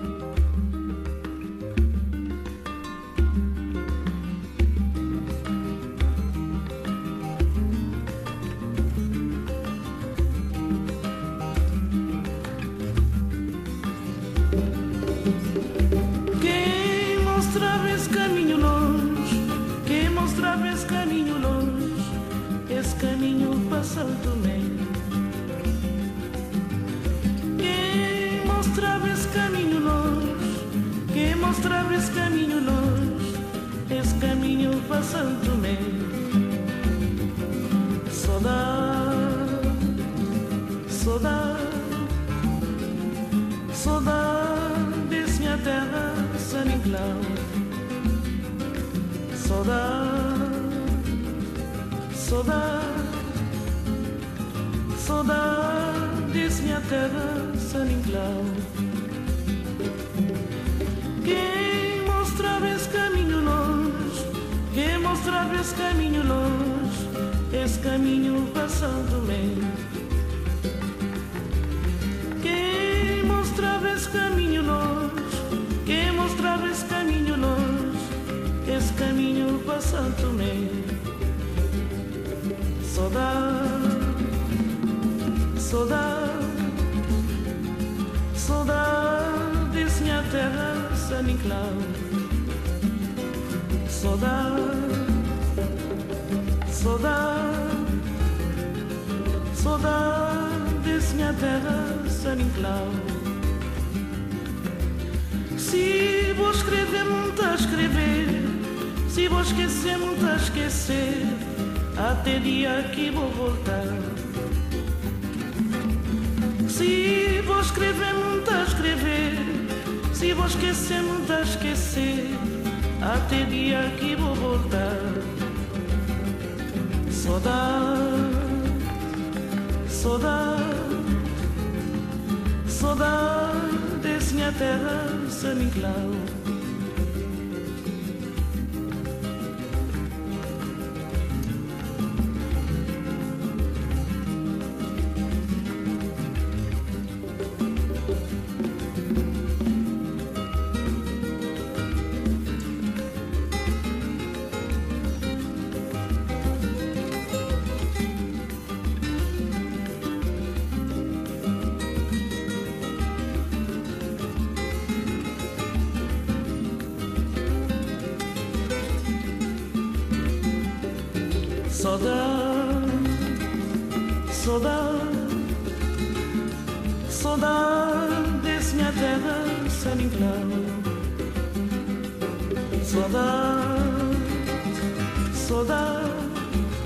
Quem mostrava esse caminho longe, quem mostrava esse caminho longe, esse caminho para São Tomé. Quem mostrava esse caminho longe, quem mostrava esse caminho longe, esse caminho para São Tomé. Saudade, saudade, saudade desse minha terra, São Nicolau. Saudade, saudade, saudade desse minha terra, São Nicolau. Quem mostrava esse caminho longe, quem mostrava esse caminho longe, esse caminho para São Tomé. Quem mostrava esse caminho longe, quem mostrava esse caminho longe, esse caminho para São Tomé. Saudade, saudade, saudade desse minha terra, São Nicolau. Saudade, saudade, saudade desse minha terra, São Nicolau. Se vou escrever, muito a escrever, se vou esquecer, muito a esquecer, até dia que vou voltar. Se vou escrever, muito a escrever, se vou esquecer, muito a esquecer, até dia que vou voltar. Saudade, saudade, saudade desse minha terra, São Nicolau. Saudade, saudade, saudade desse minha terra, São Nicolau. Saudade, saudade,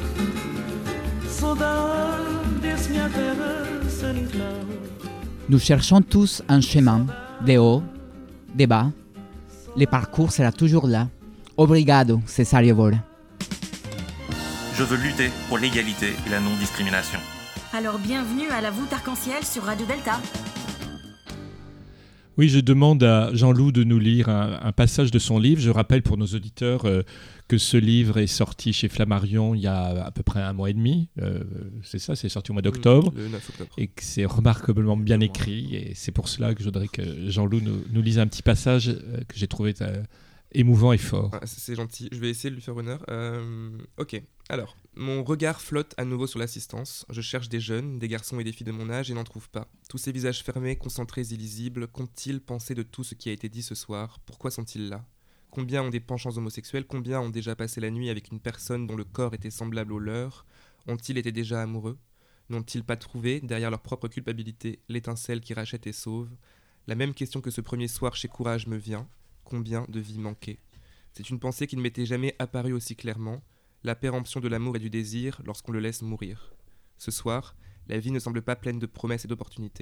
saudade desse minha terra, São Nicolau. Nous cherchons tous un chemin, des hauts, des bas. Le parcours sera toujours là. Obrigado, Césaria Évora. Je veux lutter pour l'égalité et la non-discrimination. Alors bienvenue à la voûte arc-en-ciel sur Radio Delta. Oui, je demande à Jean-Loup de nous lire un passage de son livre. Je rappelle pour nos auditeurs que ce livre est sorti chez Flammarion il y a à peu près 1 mois et demi. C'est ça, c'est sorti au mois d'octobre. Le 9 octobre. Et que c'est remarquablement bien écrit. Et c'est pour cela que je voudrais que Jean-Loup nous lise un petit passage que j'ai trouvé émouvant et fort. Ah, c'est gentil, je vais essayer de lui faire honneur. Ok, alors, mon regard flotte à nouveau sur l'assistance. Je cherche des jeunes, des garçons et des filles de mon âge et n'en trouve pas. Tous ces visages fermés, concentrés, illisibles, qu'ont-ils pensé de tout ce qui a été dit ce soir ? Pourquoi sont-ils là ? Combien ont des penchants homosexuels ? Combien ont déjà passé la nuit avec une personne dont le corps était semblable au leur ? Ont-ils été déjà amoureux ? N'ont-ils pas trouvé, derrière leur propre culpabilité, l'étincelle qui rachète et sauve ? La même question que ce premier soir chez Courage me vient. Combien de vies manquées ? C'est une pensée qui ne m'était jamais apparue aussi clairement, la péremption de l'amour et du désir lorsqu'on le laisse mourir. Ce soir, la vie ne semble pas pleine de promesses et d'opportunités.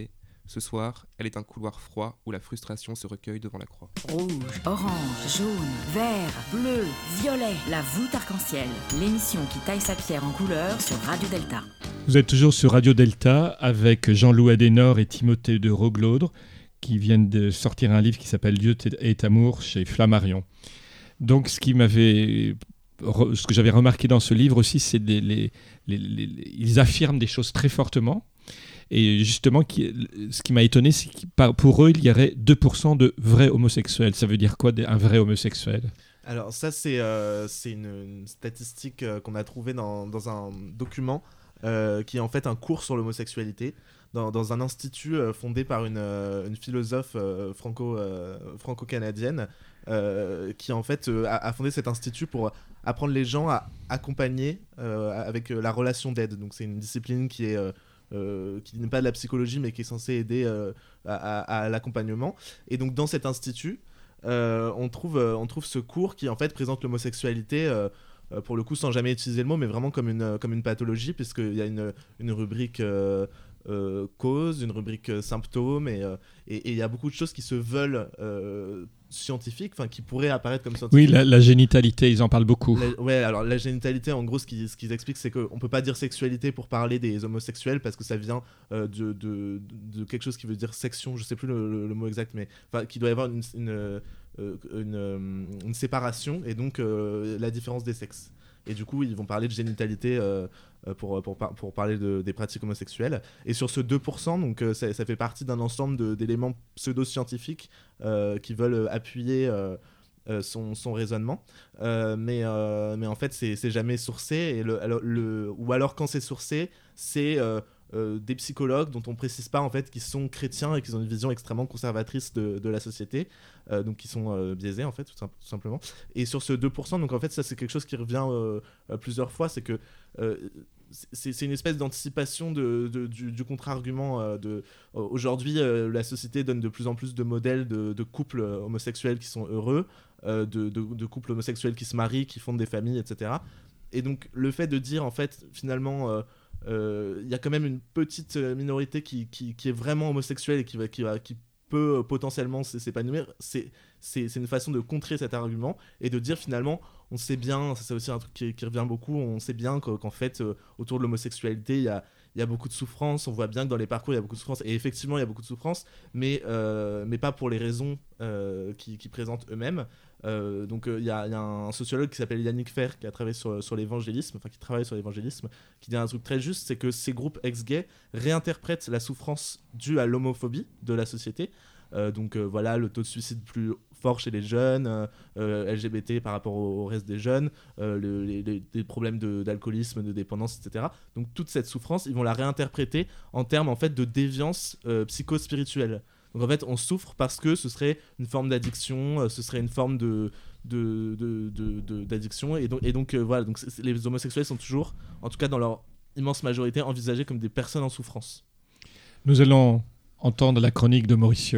Ce soir, elle est un couloir froid où la frustration se recueille devant la croix. Rouge, orange, jaune, vert, bleu, violet. La voûte arc-en-ciel, l'émission qui taille sa pierre en couleurs sur Radio Delta. Vous êtes toujours sur Radio Delta avec Jean-Loup Adenor et Timothée de Roglaudre qui viennent de sortir un livre qui s'appelle Dieu est amour chez Flammarion. Donc ce que j'avais remarqué dans ce livre aussi, c'est ils affirment des choses très fortement. Et justement, ce qui m'a étonné, c'est que pour eux, il y aurait 2% de vrais homosexuels. Ça veut dire quoi, un vrai homosexuel ? Alors ça, c'est une statistique qu'on a trouvée dans un document qui est en fait un cours sur l'homosexualité dans un institut fondé par une philosophe franco-canadienne qui en fait a fondé cet institut pour apprendre les gens à accompagner avec la relation d'aide. Donc c'est une discipline qui n'est pas de la psychologie mais qui est censée aider à l'accompagnement. Et donc dans cet institut, on trouve ce cours qui en fait présente l'homosexualité pour le coup sans jamais utiliser le mot, mais vraiment comme une pathologie, puisqu'il y a une rubrique cause, une rubrique symptômes, et il y a beaucoup de choses qui se veulent scientifiques, enfin qui pourraient apparaître comme scientifiques. Oui, la génitalité, ils en parlent beaucoup. Alors la génitalité, en gros, ce qu'ils expliquent, c'est qu'on peut pas dire sexualité pour parler des homosexuels parce que ça vient de quelque chose qui veut dire section, je sais plus le mot exact, mais qu'il doit y avoir une séparation et donc la différence des sexes. Et du coup, ils vont parler de génitalité pour parler des pratiques homosexuelles. Et sur ce 2%, donc, ça fait partie d'un ensemble d'éléments pseudo-scientifiques qui veulent appuyer son raisonnement. Mais en fait, c'est jamais sourcé. Ou alors, quand c'est sourcé, c'est des psychologues dont on ne précise pas en fait qu'ils sont chrétiens et qu'ils ont une vision extrêmement conservatrice de la société, donc qui sont biaisés en fait tout simplement. Et sur ce 2%, donc en fait ça c'est quelque chose qui revient plusieurs fois, c'est que c'est une espèce d'anticipation du contre-argument. Aujourd'hui, la société donne de plus en plus de modèles de couples homosexuels qui sont heureux, de couples homosexuels qui se marient, qui fondent des familles, etc. Et donc le fait de dire en fait finalement il y a quand même une petite minorité qui est vraiment homosexuelle et qui peut potentiellement s'épanouir, c'est une façon de contrer cet argument et de dire finalement on sait bien, c'est aussi un truc qui revient beaucoup, on sait bien qu'en fait autour de l'homosexualité il y a beaucoup de souffrance, on voit bien que dans les parcours il y a beaucoup de souffrance, et effectivement il y a beaucoup de souffrance, mais pas pour les raisons qui présentent eux-mêmes. Donc il y a un sociologue qui s'appelle Yannick Fer qui a travaillé sur l'évangélisme, qui travaille sur l'évangélisme, qui dit un truc très juste, c'est que ces groupes ex-gays réinterprètent la souffrance due à l'homophobie de la société. Voilà, le taux de suicide plus fort chez les jeunes, LGBT par rapport au reste des jeunes, les problèmes d'alcoolisme, de dépendance, etc. Donc toute cette souffrance, ils vont la réinterpréter en termes en fait de déviance psychospirituelle. Donc en fait, on souffre parce que ce serait une forme d'addiction, ce serait une forme d'addiction, et donc voilà. Donc les homosexuels sont toujours, en tout cas dans leur immense majorité, envisagés comme des personnes en souffrance. Nous allons entendre la chronique de Mauricio.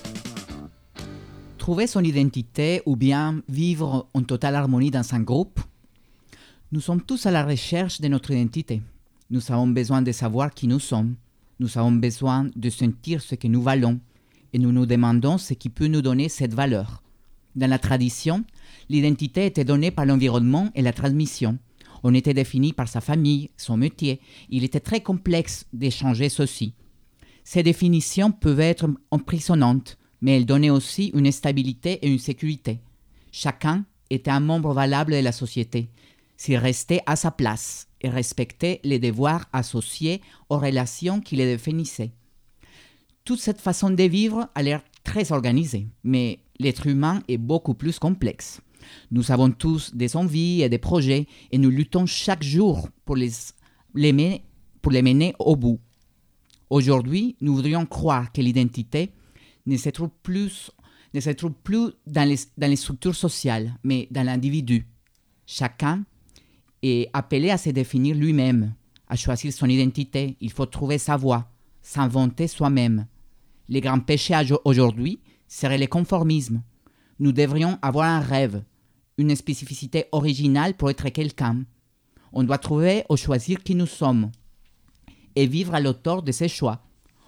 Trouver son identité ou bien vivre en totale harmonie dans un groupe, nous sommes tous à la recherche de notre identité. Nous avons besoin de savoir qui nous sommes. Nous avons besoin de sentir ce que nous valons. Et nous nous demandons ce qui peut nous donner cette valeur. Dans la tradition, l'identité était donnée par l'environnement et la transmission. On était défini par sa famille, son métier. Il était très complexe d'échanger ceci. Ces définitions peuvent être emprisonnantes, mais elles donnaient aussi une stabilité et une sécurité. Chacun était un membre valable de la société, s'il restait à sa place et respectait les devoirs associés aux relations qui les définissaient. Toute cette façon de vivre a l'air très organisée, mais l'être humain est beaucoup plus complexe. Nous avons tous des envies et des projets et nous luttons chaque jour pour les mener au bout. Aujourd'hui, nous voudrions croire que l'identité ne se trouve plus dans les structures sociales, mais dans l'individu. Chacun est appelé à se définir lui-même, à choisir son identité. Il faut trouver sa voie, s'inventer soi-même. Les grands péchés aujourd'hui seraient le conformisme. Nous devrions avoir un rêve, une spécificité originale pour être quelqu'un. On doit trouver ou choisir qui nous sommes et vivre à l'auteur de ses choix.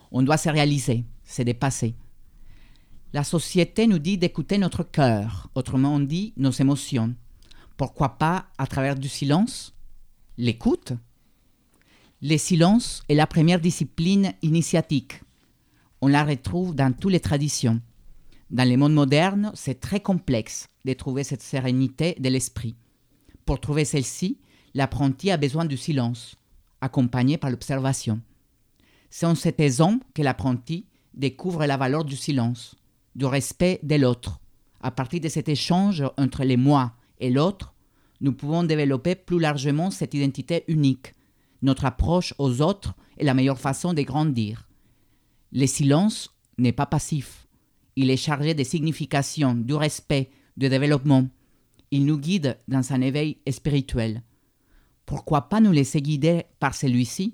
On doit se réaliser, se dépasser. La société nous dit d'écouter notre cœur, autrement dit, nos émotions. Pourquoi pas à travers du silence? L'écoute? Le silence est la première discipline initiatique. On la retrouve dans toutes les traditions. Dans le monde moderne, c'est très complexe de trouver cette sérénité de l'esprit. Pour trouver celle-ci, l'apprenti a besoin du silence, accompagné par l'observation. C'est en se taisant que l'apprenti découvre la valeur du silence, du respect de l'autre. À partir de cet échange entre les moi et l'autre, nous pouvons développer plus largement cette identité unique. Notre approche aux autres est la meilleure façon de grandir. Le silence n'est pas passif. Il est chargé de signification, du respect, du développement. Il nous guide dans un éveil spirituel. Pourquoi pas nous laisser guider par celui-ci?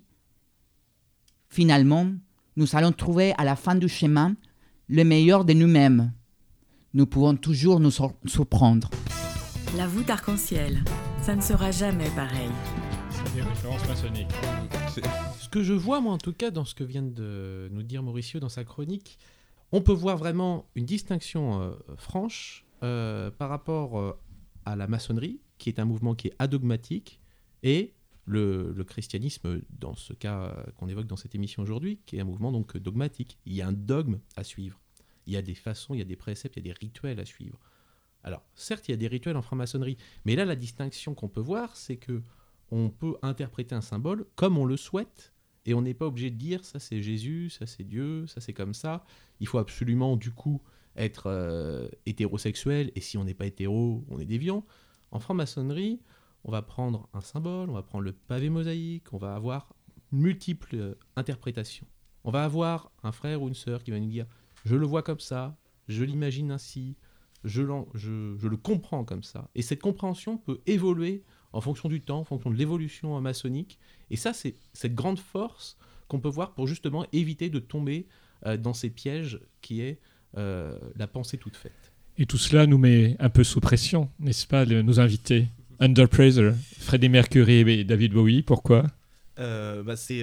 Finalement, nous allons trouver à la fin du chemin le meilleur de nous-mêmes. Nous pouvons toujours nous surprendre. La voûte arc-en-ciel, ça ne sera jamais pareil. C'est des références maçonniques. Ce que je vois, moi, en tout cas, dans ce que vient de nous dire Mauricio dans sa chronique, on peut voir vraiment une distinction franche par rapport à la maçonnerie, qui est un mouvement qui est adogmatique, et le christianisme, dans ce cas qu'on évoque dans cette émission aujourd'hui, qui est un mouvement donc dogmatique. Il y a un dogme à suivre. Il y a des façons, il y a des préceptes, il y a des rituels à suivre. Alors, certes, il y a des rituels en franc-maçonnerie, mais là, la distinction qu'on peut voir, c'est que on peut interpréter un symbole comme on le souhaite, et on n'est pas obligé de dire ça c'est Jésus, ça c'est Dieu, ça c'est comme ça. Il faut absolument, du coup, être hétérosexuel, et si on n'est pas hétéro, on est déviant. En franc-maçonnerie, on va prendre un symbole, on va prendre le pavé mosaïque, on va avoir multiples interprétations. On va avoir un frère ou une sœur qui va nous dire « je le vois comme ça, je l'imagine ainsi, je le comprends comme ça ». Et cette compréhension peut évoluer en fonction du temps, en fonction de l'évolution maçonnique. Et ça, c'est cette grande force qu'on peut voir pour justement éviter de tomber dans ces pièges qui est la pensée toute faite. Et tout cela nous met un peu sous pression, n'est-ce pas, nos invités? Under Pressure, Freddie Mercury et David Bowie, pourquoi? C'est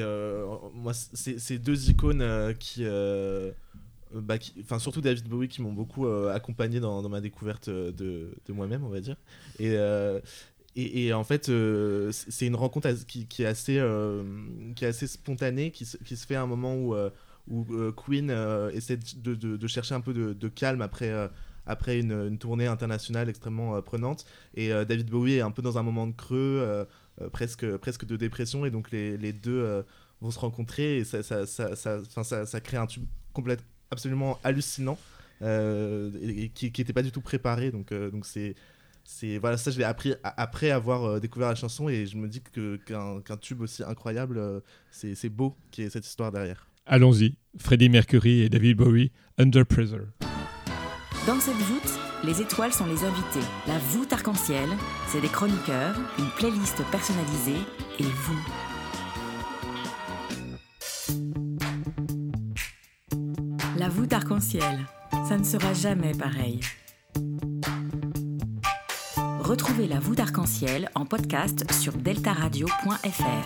deux icônes surtout David Bowie, qui m'ont beaucoup accompagné dans ma découverte de moi-même, on va dire. Et en fait, c'est une rencontre qui est assez spontanée, qui se fait à un moment où Queen essaie de chercher un peu de calme après une tournée internationale extrêmement prenante, et David Bowie est un peu dans un moment de creux, presque de dépression, et donc les deux vont se rencontrer, et ça crée un tube absolument hallucinant, et qui n'était pas du tout préparé, donc voilà, ça je l'ai appris après avoir découvert la chanson, et je me dis qu'un tube aussi incroyable, c'est beau qu'il y ait cette histoire derrière. Allons-y, Freddie Mercury et David Bowie, Under Pressure. Dans cette voûte, les étoiles sont les invités. La voûte arc-en-ciel, c'est des chroniqueurs, une playlist personnalisée et vous. La voûte arc-en-ciel, ça ne sera jamais pareil. Retrouvez la voûte arc-en-ciel en podcast sur deltaradio.fr.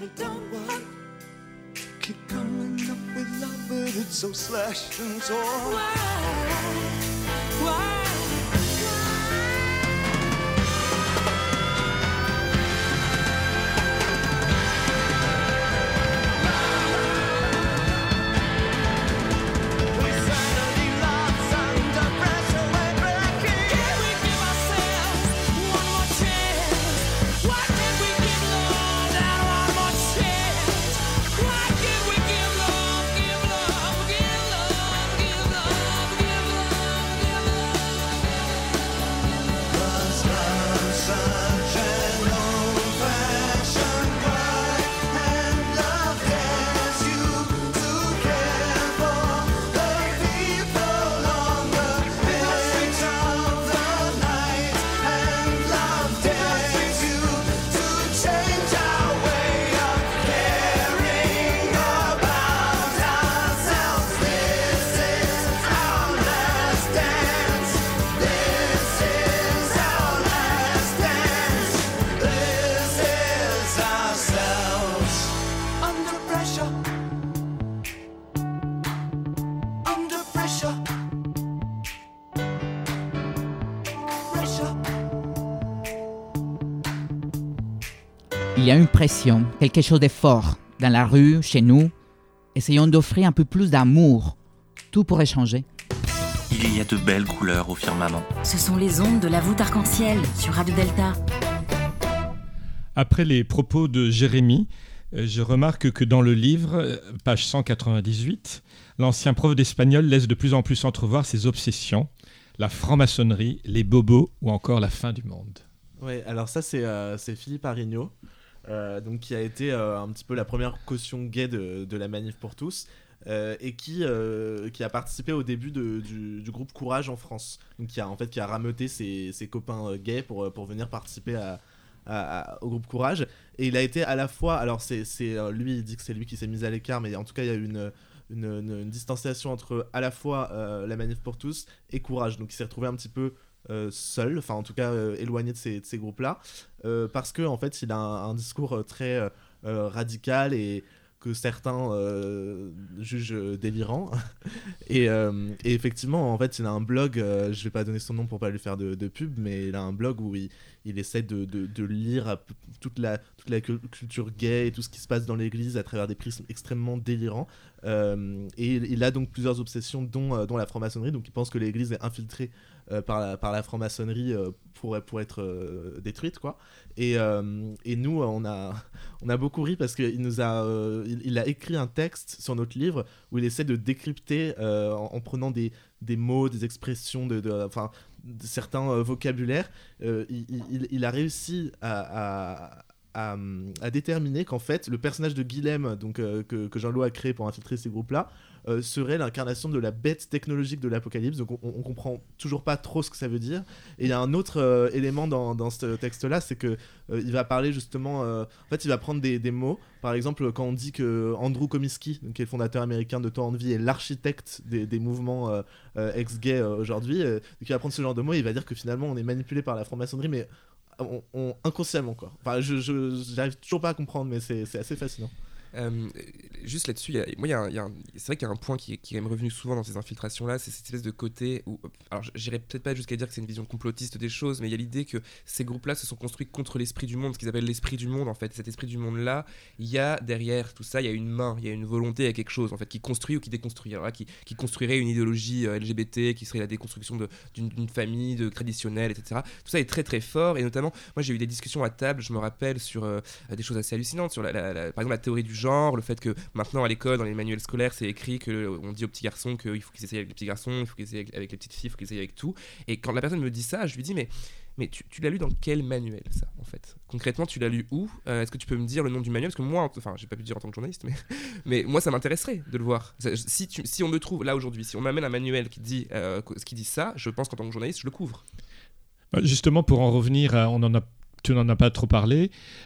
don't want. Keep coming up with love, but it's so slashed and torn. Why? Il y a une pression, quelque chose de fort, dans la rue, chez nous. Essayons d'offrir un peu plus d'amour. Tout pourrait changer. Il y a de belles couleurs au firmament. Ce sont les ondes de la voûte arc-en-ciel sur Radio Delta. Après les propos de Jérémy, je remarque que dans le livre, page 198, l'ancien prof d'espagnol laisse de plus en plus entrevoir ses obsessions, la franc-maçonnerie, les bobos ou encore la fin du monde. Ouais, alors ça c'est Philippe Arignot, donc qui a été un petit peu la première caution gay de la Manif pour tous, et qui a participé au début du groupe Courage en France, donc qui a rameuté ses copains gays pour venir participer au groupe Courage. Et il a été à la fois, alors c'est lui, il dit que c'est lui qui s'est mis à l'écart, mais en tout cas il y a eu une distanciation entre à la fois la Manif pour tous et Courage, donc il s'est retrouvé un petit peu seul, enfin en tout cas éloigné de ces groupes-là, parce que en fait il a un discours très radical et que certains jugent délirant. et effectivement, en fait, il a un blog, je vais pas donner son nom pour pas lui faire de pub, mais il a un blog où il essaie de lire toute la culture gay et tout ce qui se passe dans l'église à travers des prismes extrêmement délirants. Et il a donc plusieurs obsessions, dont la franc-maçonnerie. Donc il pense que l'église est infiltrée par la franc-maçonnerie pour être détruite, quoi. Et nous on a beaucoup ri parce qu'il nous a il a écrit un texte sur notre livre où il essaie de décrypter en prenant des mots, des expressions de certains vocabulaires. Il a réussi à déterminer qu'en fait le personnage de Guilhem, donc que Jean-Loup a créé pour infiltrer ces groupes-là, serait l'incarnation de la bête technologique de l'Apocalypse. Donc on comprend toujours pas trop ce que ça veut dire. Et il y a un autre élément dans ce texte-là, c'est que il va parler justement, en fait il va prendre des mots. Par exemple, quand on dit que Andrew Comiskey, donc, qui est le fondateur américain de Torrent de Vie, est l'architecte des mouvements ex-gays aujourd'hui, il va prendre ce genre de mots et il va dire que finalement on est manipulé par la franc-maçonnerie, mais inconsciemment, quoi. Enfin, je j'arrive toujours pas à comprendre, mais c'est assez fascinant. Juste là-dessus, c'est vrai qu'il y a un point qui est quand même revenu souvent dans ces infiltrations-là, c'est cette espèce de côté où, alors j'irais peut-être pas jusqu'à dire que c'est une vision complotiste des choses, mais il y a l'idée que ces groupes-là se sont construits contre l'esprit du monde, ce qu'ils appellent l'esprit du monde en fait. Cet esprit du monde-là, il y a derrière tout ça, il y a une main, il y a une volonté, il y a quelque chose en fait qui construit ou qui déconstruit. Alors là, qui construirait une idéologie LGBT, qui serait la déconstruction d'une famille traditionnelle, etc. Tout ça est très très fort, et notamment, moi j'ai eu des discussions à table, je me rappelle, sur des choses assez hallucinantes, sur par exemple la théorie du genre, le fait que maintenant à l'école, dans les manuels scolaires, c'est écrit qu'on dit aux petits garçons qu'il faut qu'ils essayent avec les petits garçons, il faut qu'ils essayent avec les petites filles, il faut qu'ils essayent avec tout. Et quand la personne me dit ça, je lui dis mais tu l'as lu dans quel manuel, ça, en fait? Concrètement, tu l'as lu où? Est-ce que tu peux me dire le nom du manuel? Parce que moi, enfin, j'ai pas pu le dire en tant que journaliste, mais moi, ça m'intéresserait de le voir. Si on me trouve là aujourd'hui, si on m'amène un manuel qui dit ce qui dit ça, je pense qu'en tant que journaliste, je le couvre. Justement, pour en revenir, tu n'en as pas trop parlé.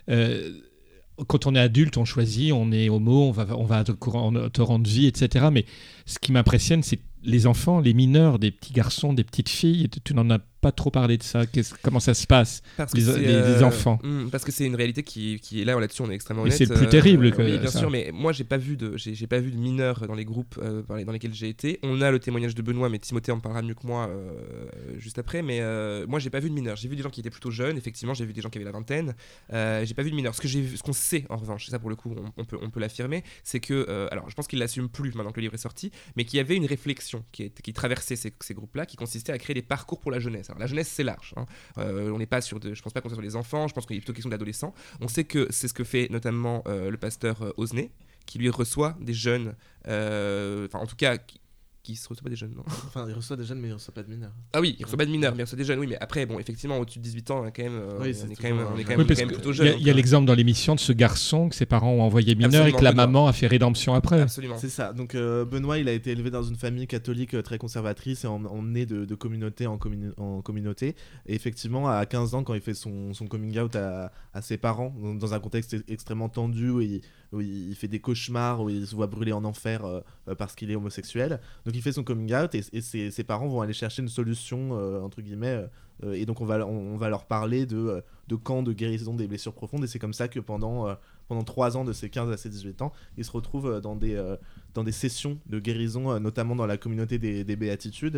Quand on est adulte, on choisit, on est homo, on va à torrent de vie, etc. Mais ce qui m'impressionne, c'est les enfants, les mineurs, des petits garçons, des petites filles. Tu n'en as pas trop parler de ça. Comment ça se passe, les enfants? Parce que c'est une réalité qui est là, là-dessus on est extrêmement mais honnête. c'est le plus terrible. Oui, bien ça. sûr, mais moi j'ai pas vu de mineurs dans les groupes dans lesquels j'ai été. On a le témoignage de Benoît, mais Timothée en parlera mieux que moi juste après. Mais moi j'ai pas vu de mineurs. J'ai vu des gens qui étaient plutôt jeunes. Effectivement, j'ai vu des gens qui avaient la vingtaine. J'ai pas vu de mineurs. Ce qu'on sait en revanche, ça pour le coup on peut l'affirmer, c'est que alors je pense qu'il l'assume plus maintenant que le livre est sorti, mais qu'il y avait une réflexion qui traversait ces groupes-là, qui consistait à créer des parcours pour la jeunesse. Alors la jeunesse c'est large. On n'est pas je pense pas qu'on soit sur les enfants. Je pense qu'il est plutôt question d'adolescents. On sait que c'est ce que fait notamment le pasteur Osnay, qui lui reçoit des jeunes, en tout cas qui se reçoit pas des jeunes, non? Enfin, il reçoit des jeunes, mais il reçoit pas de mineurs. Ah oui, il reçoit pas de mineurs, mais il reçoit des jeunes, oui, mais après, bon, effectivement, au-dessus de 18 ans, quand même, on est quand même plutôt jeune. Il y a l'exemple dans l'émission de ce garçon que ses parents ont envoyé mineur. Absolument, et que la maman a fait rédemption après. Absolument. C'est ça. Donc Benoît, il a été élevé dans une famille catholique très conservatrice et emmené de communauté en communauté. Et effectivement, à 15 ans, quand il fait son coming out à ses parents, dans un contexte extrêmement tendu où il fait des cauchemars, où il se voit brûler en enfer parce qu'il est homosexuel. Donc il fait son coming out et ses parents vont aller chercher une solution entre guillemets et donc on va leur parler de camps de guérison des blessures profondes, et c'est comme ça que pendant 3 ans, de ses 15 à ses 18 ans, il se retrouve dans des sessions de guérison, notamment dans la communauté des béatitudes,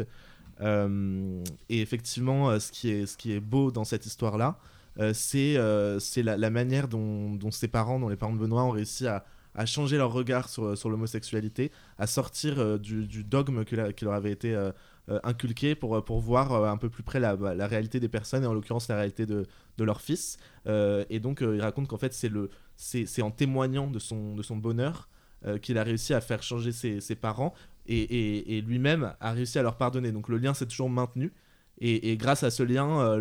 et effectivement ce qui est beau dans cette histoire là, c'est la manière dont ses parents, dont les parents de Benoît ont réussi à changer leur regard sur l'homosexualité, à sortir du dogme qui leur avait été inculqué pour voir un peu plus près la réalité des personnes, et en l'occurrence la réalité de leur fils. Et donc il raconte qu'en fait c'est en témoignant de son bonheur qu'il a réussi à faire changer ses parents, et lui-même a réussi à leur pardonner. Donc le lien s'est toujours maintenu, et grâce à ce lien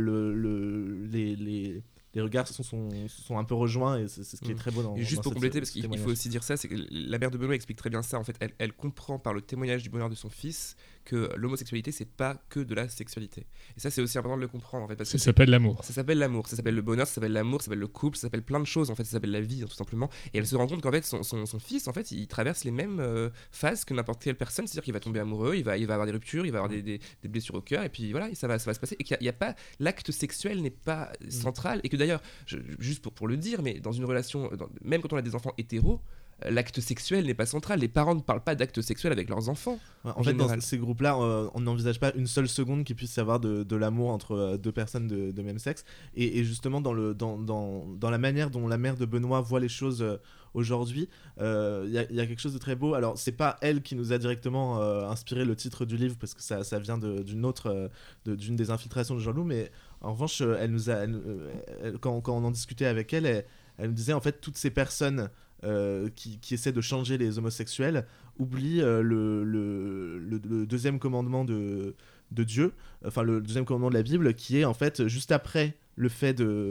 les regards se sont un peu rejoints, et c'est ce qui est très beau dans. Et juste dans pour compléter, parce qu'il faut aussi dire ça, c'est que la mère de Benoît explique très bien ça. En fait, elle comprend par le témoignage du bonheur de son fils que l'homosexualité, c'est pas que de la sexualité. Et ça, c'est aussi important de le comprendre, en fait, parce que ça s'appelle l'amour. Ça s'appelle l'amour, ça s'appelle le bonheur, ça s'appelle l'amour, ça s'appelle le couple, ça s'appelle plein de choses. En fait, ça s'appelle la vie, tout simplement. Et elle se rend compte qu'en fait, son fils, en fait, il traverse les mêmes phases que n'importe quelle personne. C'est-à-dire qu'il va tomber amoureux, il va avoir des ruptures, il va avoir des blessures au cœur, et puis voilà, et ça va se passer. Et qu'il y a pas, l'acte sexuel n'est pas central, et que d'ailleurs, juste pour le dire, mais dans une relation, même quand on a des enfants hétéros, l'acte sexuel n'est pas central. Les parents ne parlent pas d'acte sexuel avec leurs enfants. En fait, dans ces groupes-là, on n'envisage pas une seule seconde qu'il puisse y avoir de l'amour entre deux personnes de même sexe. Et justement, dans la manière dont la mère de Benoît voit les choses aujourd'hui, il y a quelque chose de très beau. Alors, c'est pas elle qui nous a directement inspiré le titre du livre, parce que ça vient d'une des infiltrations de Jean-Loup, mais en revanche, quand on en discutait avec elle nous disait en fait toutes ces personnes qui essaient de changer les homosexuels oublient le deuxième commandement de Dieu, enfin le deuxième commandement de la Bible, qui est en fait juste après le fait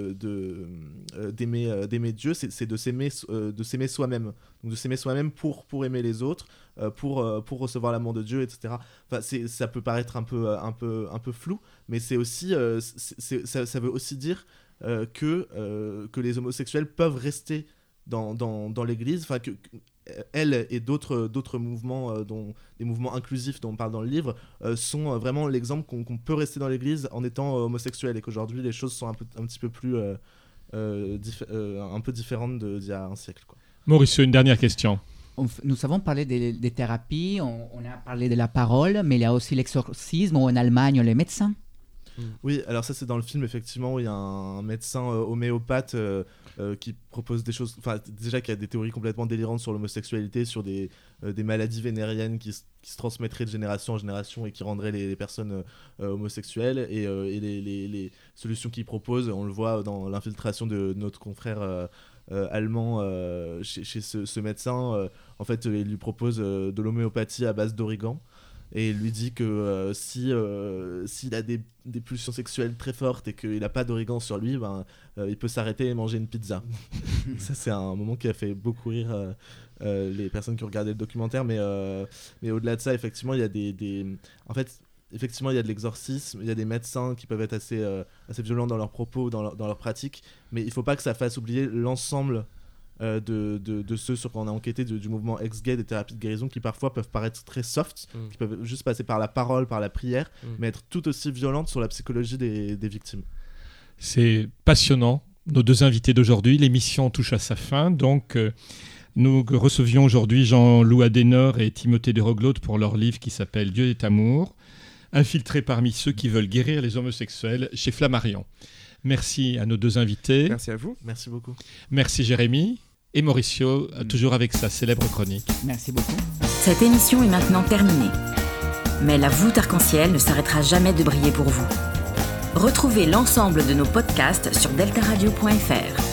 d'aimer Dieu, c'est de s'aimer soi-même, donc de s'aimer soi-même pour aimer les autres, pour recevoir l'amour de Dieu, etc. Enfin, ça peut paraître un peu flou, mais c'est aussi ça veut aussi dire que les homosexuels peuvent rester dans l'église, enfin que elle et d'autres mouvements, dont les mouvements inclusifs dont on parle dans le livre, sont vraiment l'exemple qu'on peut rester dans l'église en étant homosexuel, et qu'aujourd'hui les choses sont un petit peu plus un peu différentes d'il y a un siècle, quoi. Mauricio, une dernière question. Nous avons parlé des thérapies, on a parlé de la parole, mais il y a aussi l'exorcisme, ou en Allemagne les médecins. Oui, alors ça c'est dans le film, effectivement, où il y a un médecin homéopathe qui propose des choses, enfin déjà qu'il y a des théories complètement délirantes sur l'homosexualité, sur des maladies vénériennes qui se transmettraient de génération en génération et qui rendraient les personnes homosexuelles, et les solutions qu'il propose, on le voit dans l'infiltration de notre confrère allemand chez ce médecin. En fait, il lui propose de l'homéopathie à base d'origan, et il lui dit que s'il a des pulsions sexuelles très fortes et qu'il n'a pas d'origan sur lui, il peut s'arrêter et manger une pizza. Ça, c'est un moment qui a fait beaucoup rire les personnes qui ont regardé le documentaire, mais au-delà de ça, effectivement, il y a en fait, effectivement, il y a de l'exorcisme, il y a des médecins qui peuvent être assez violents dans leurs propos, dans leur pratique, mais il ne faut pas que ça fasse oublier l'ensemble de ceux sur quoi on a enquêté, du mouvement ex-gay, des thérapies de guérison qui parfois peuvent paraître très soft, qui peuvent juste passer par la parole, par la prière, mais être tout aussi violentes sur la psychologie des victimes. C'est passionnant. Nos deux invités d'aujourd'hui, l'émission touche à sa fin, donc nous recevions aujourd'hui Jean-Loup Adenor et Timothée Desroglottes pour leur livre qui s'appelle Dieu est amour, infiltrés parmi ceux qui veulent guérir les homosexuels chez Flammarion. Merci à nos deux invités. Merci à vous. Merci beaucoup. Merci Jérémy. Et Mauricio, toujours avec sa célèbre chronique. Merci beaucoup. Cette émission est maintenant terminée. Mais la voûte arc-en-ciel ne s'arrêtera jamais de briller pour vous. Retrouvez l'ensemble de nos podcasts sur deltaradio.fr.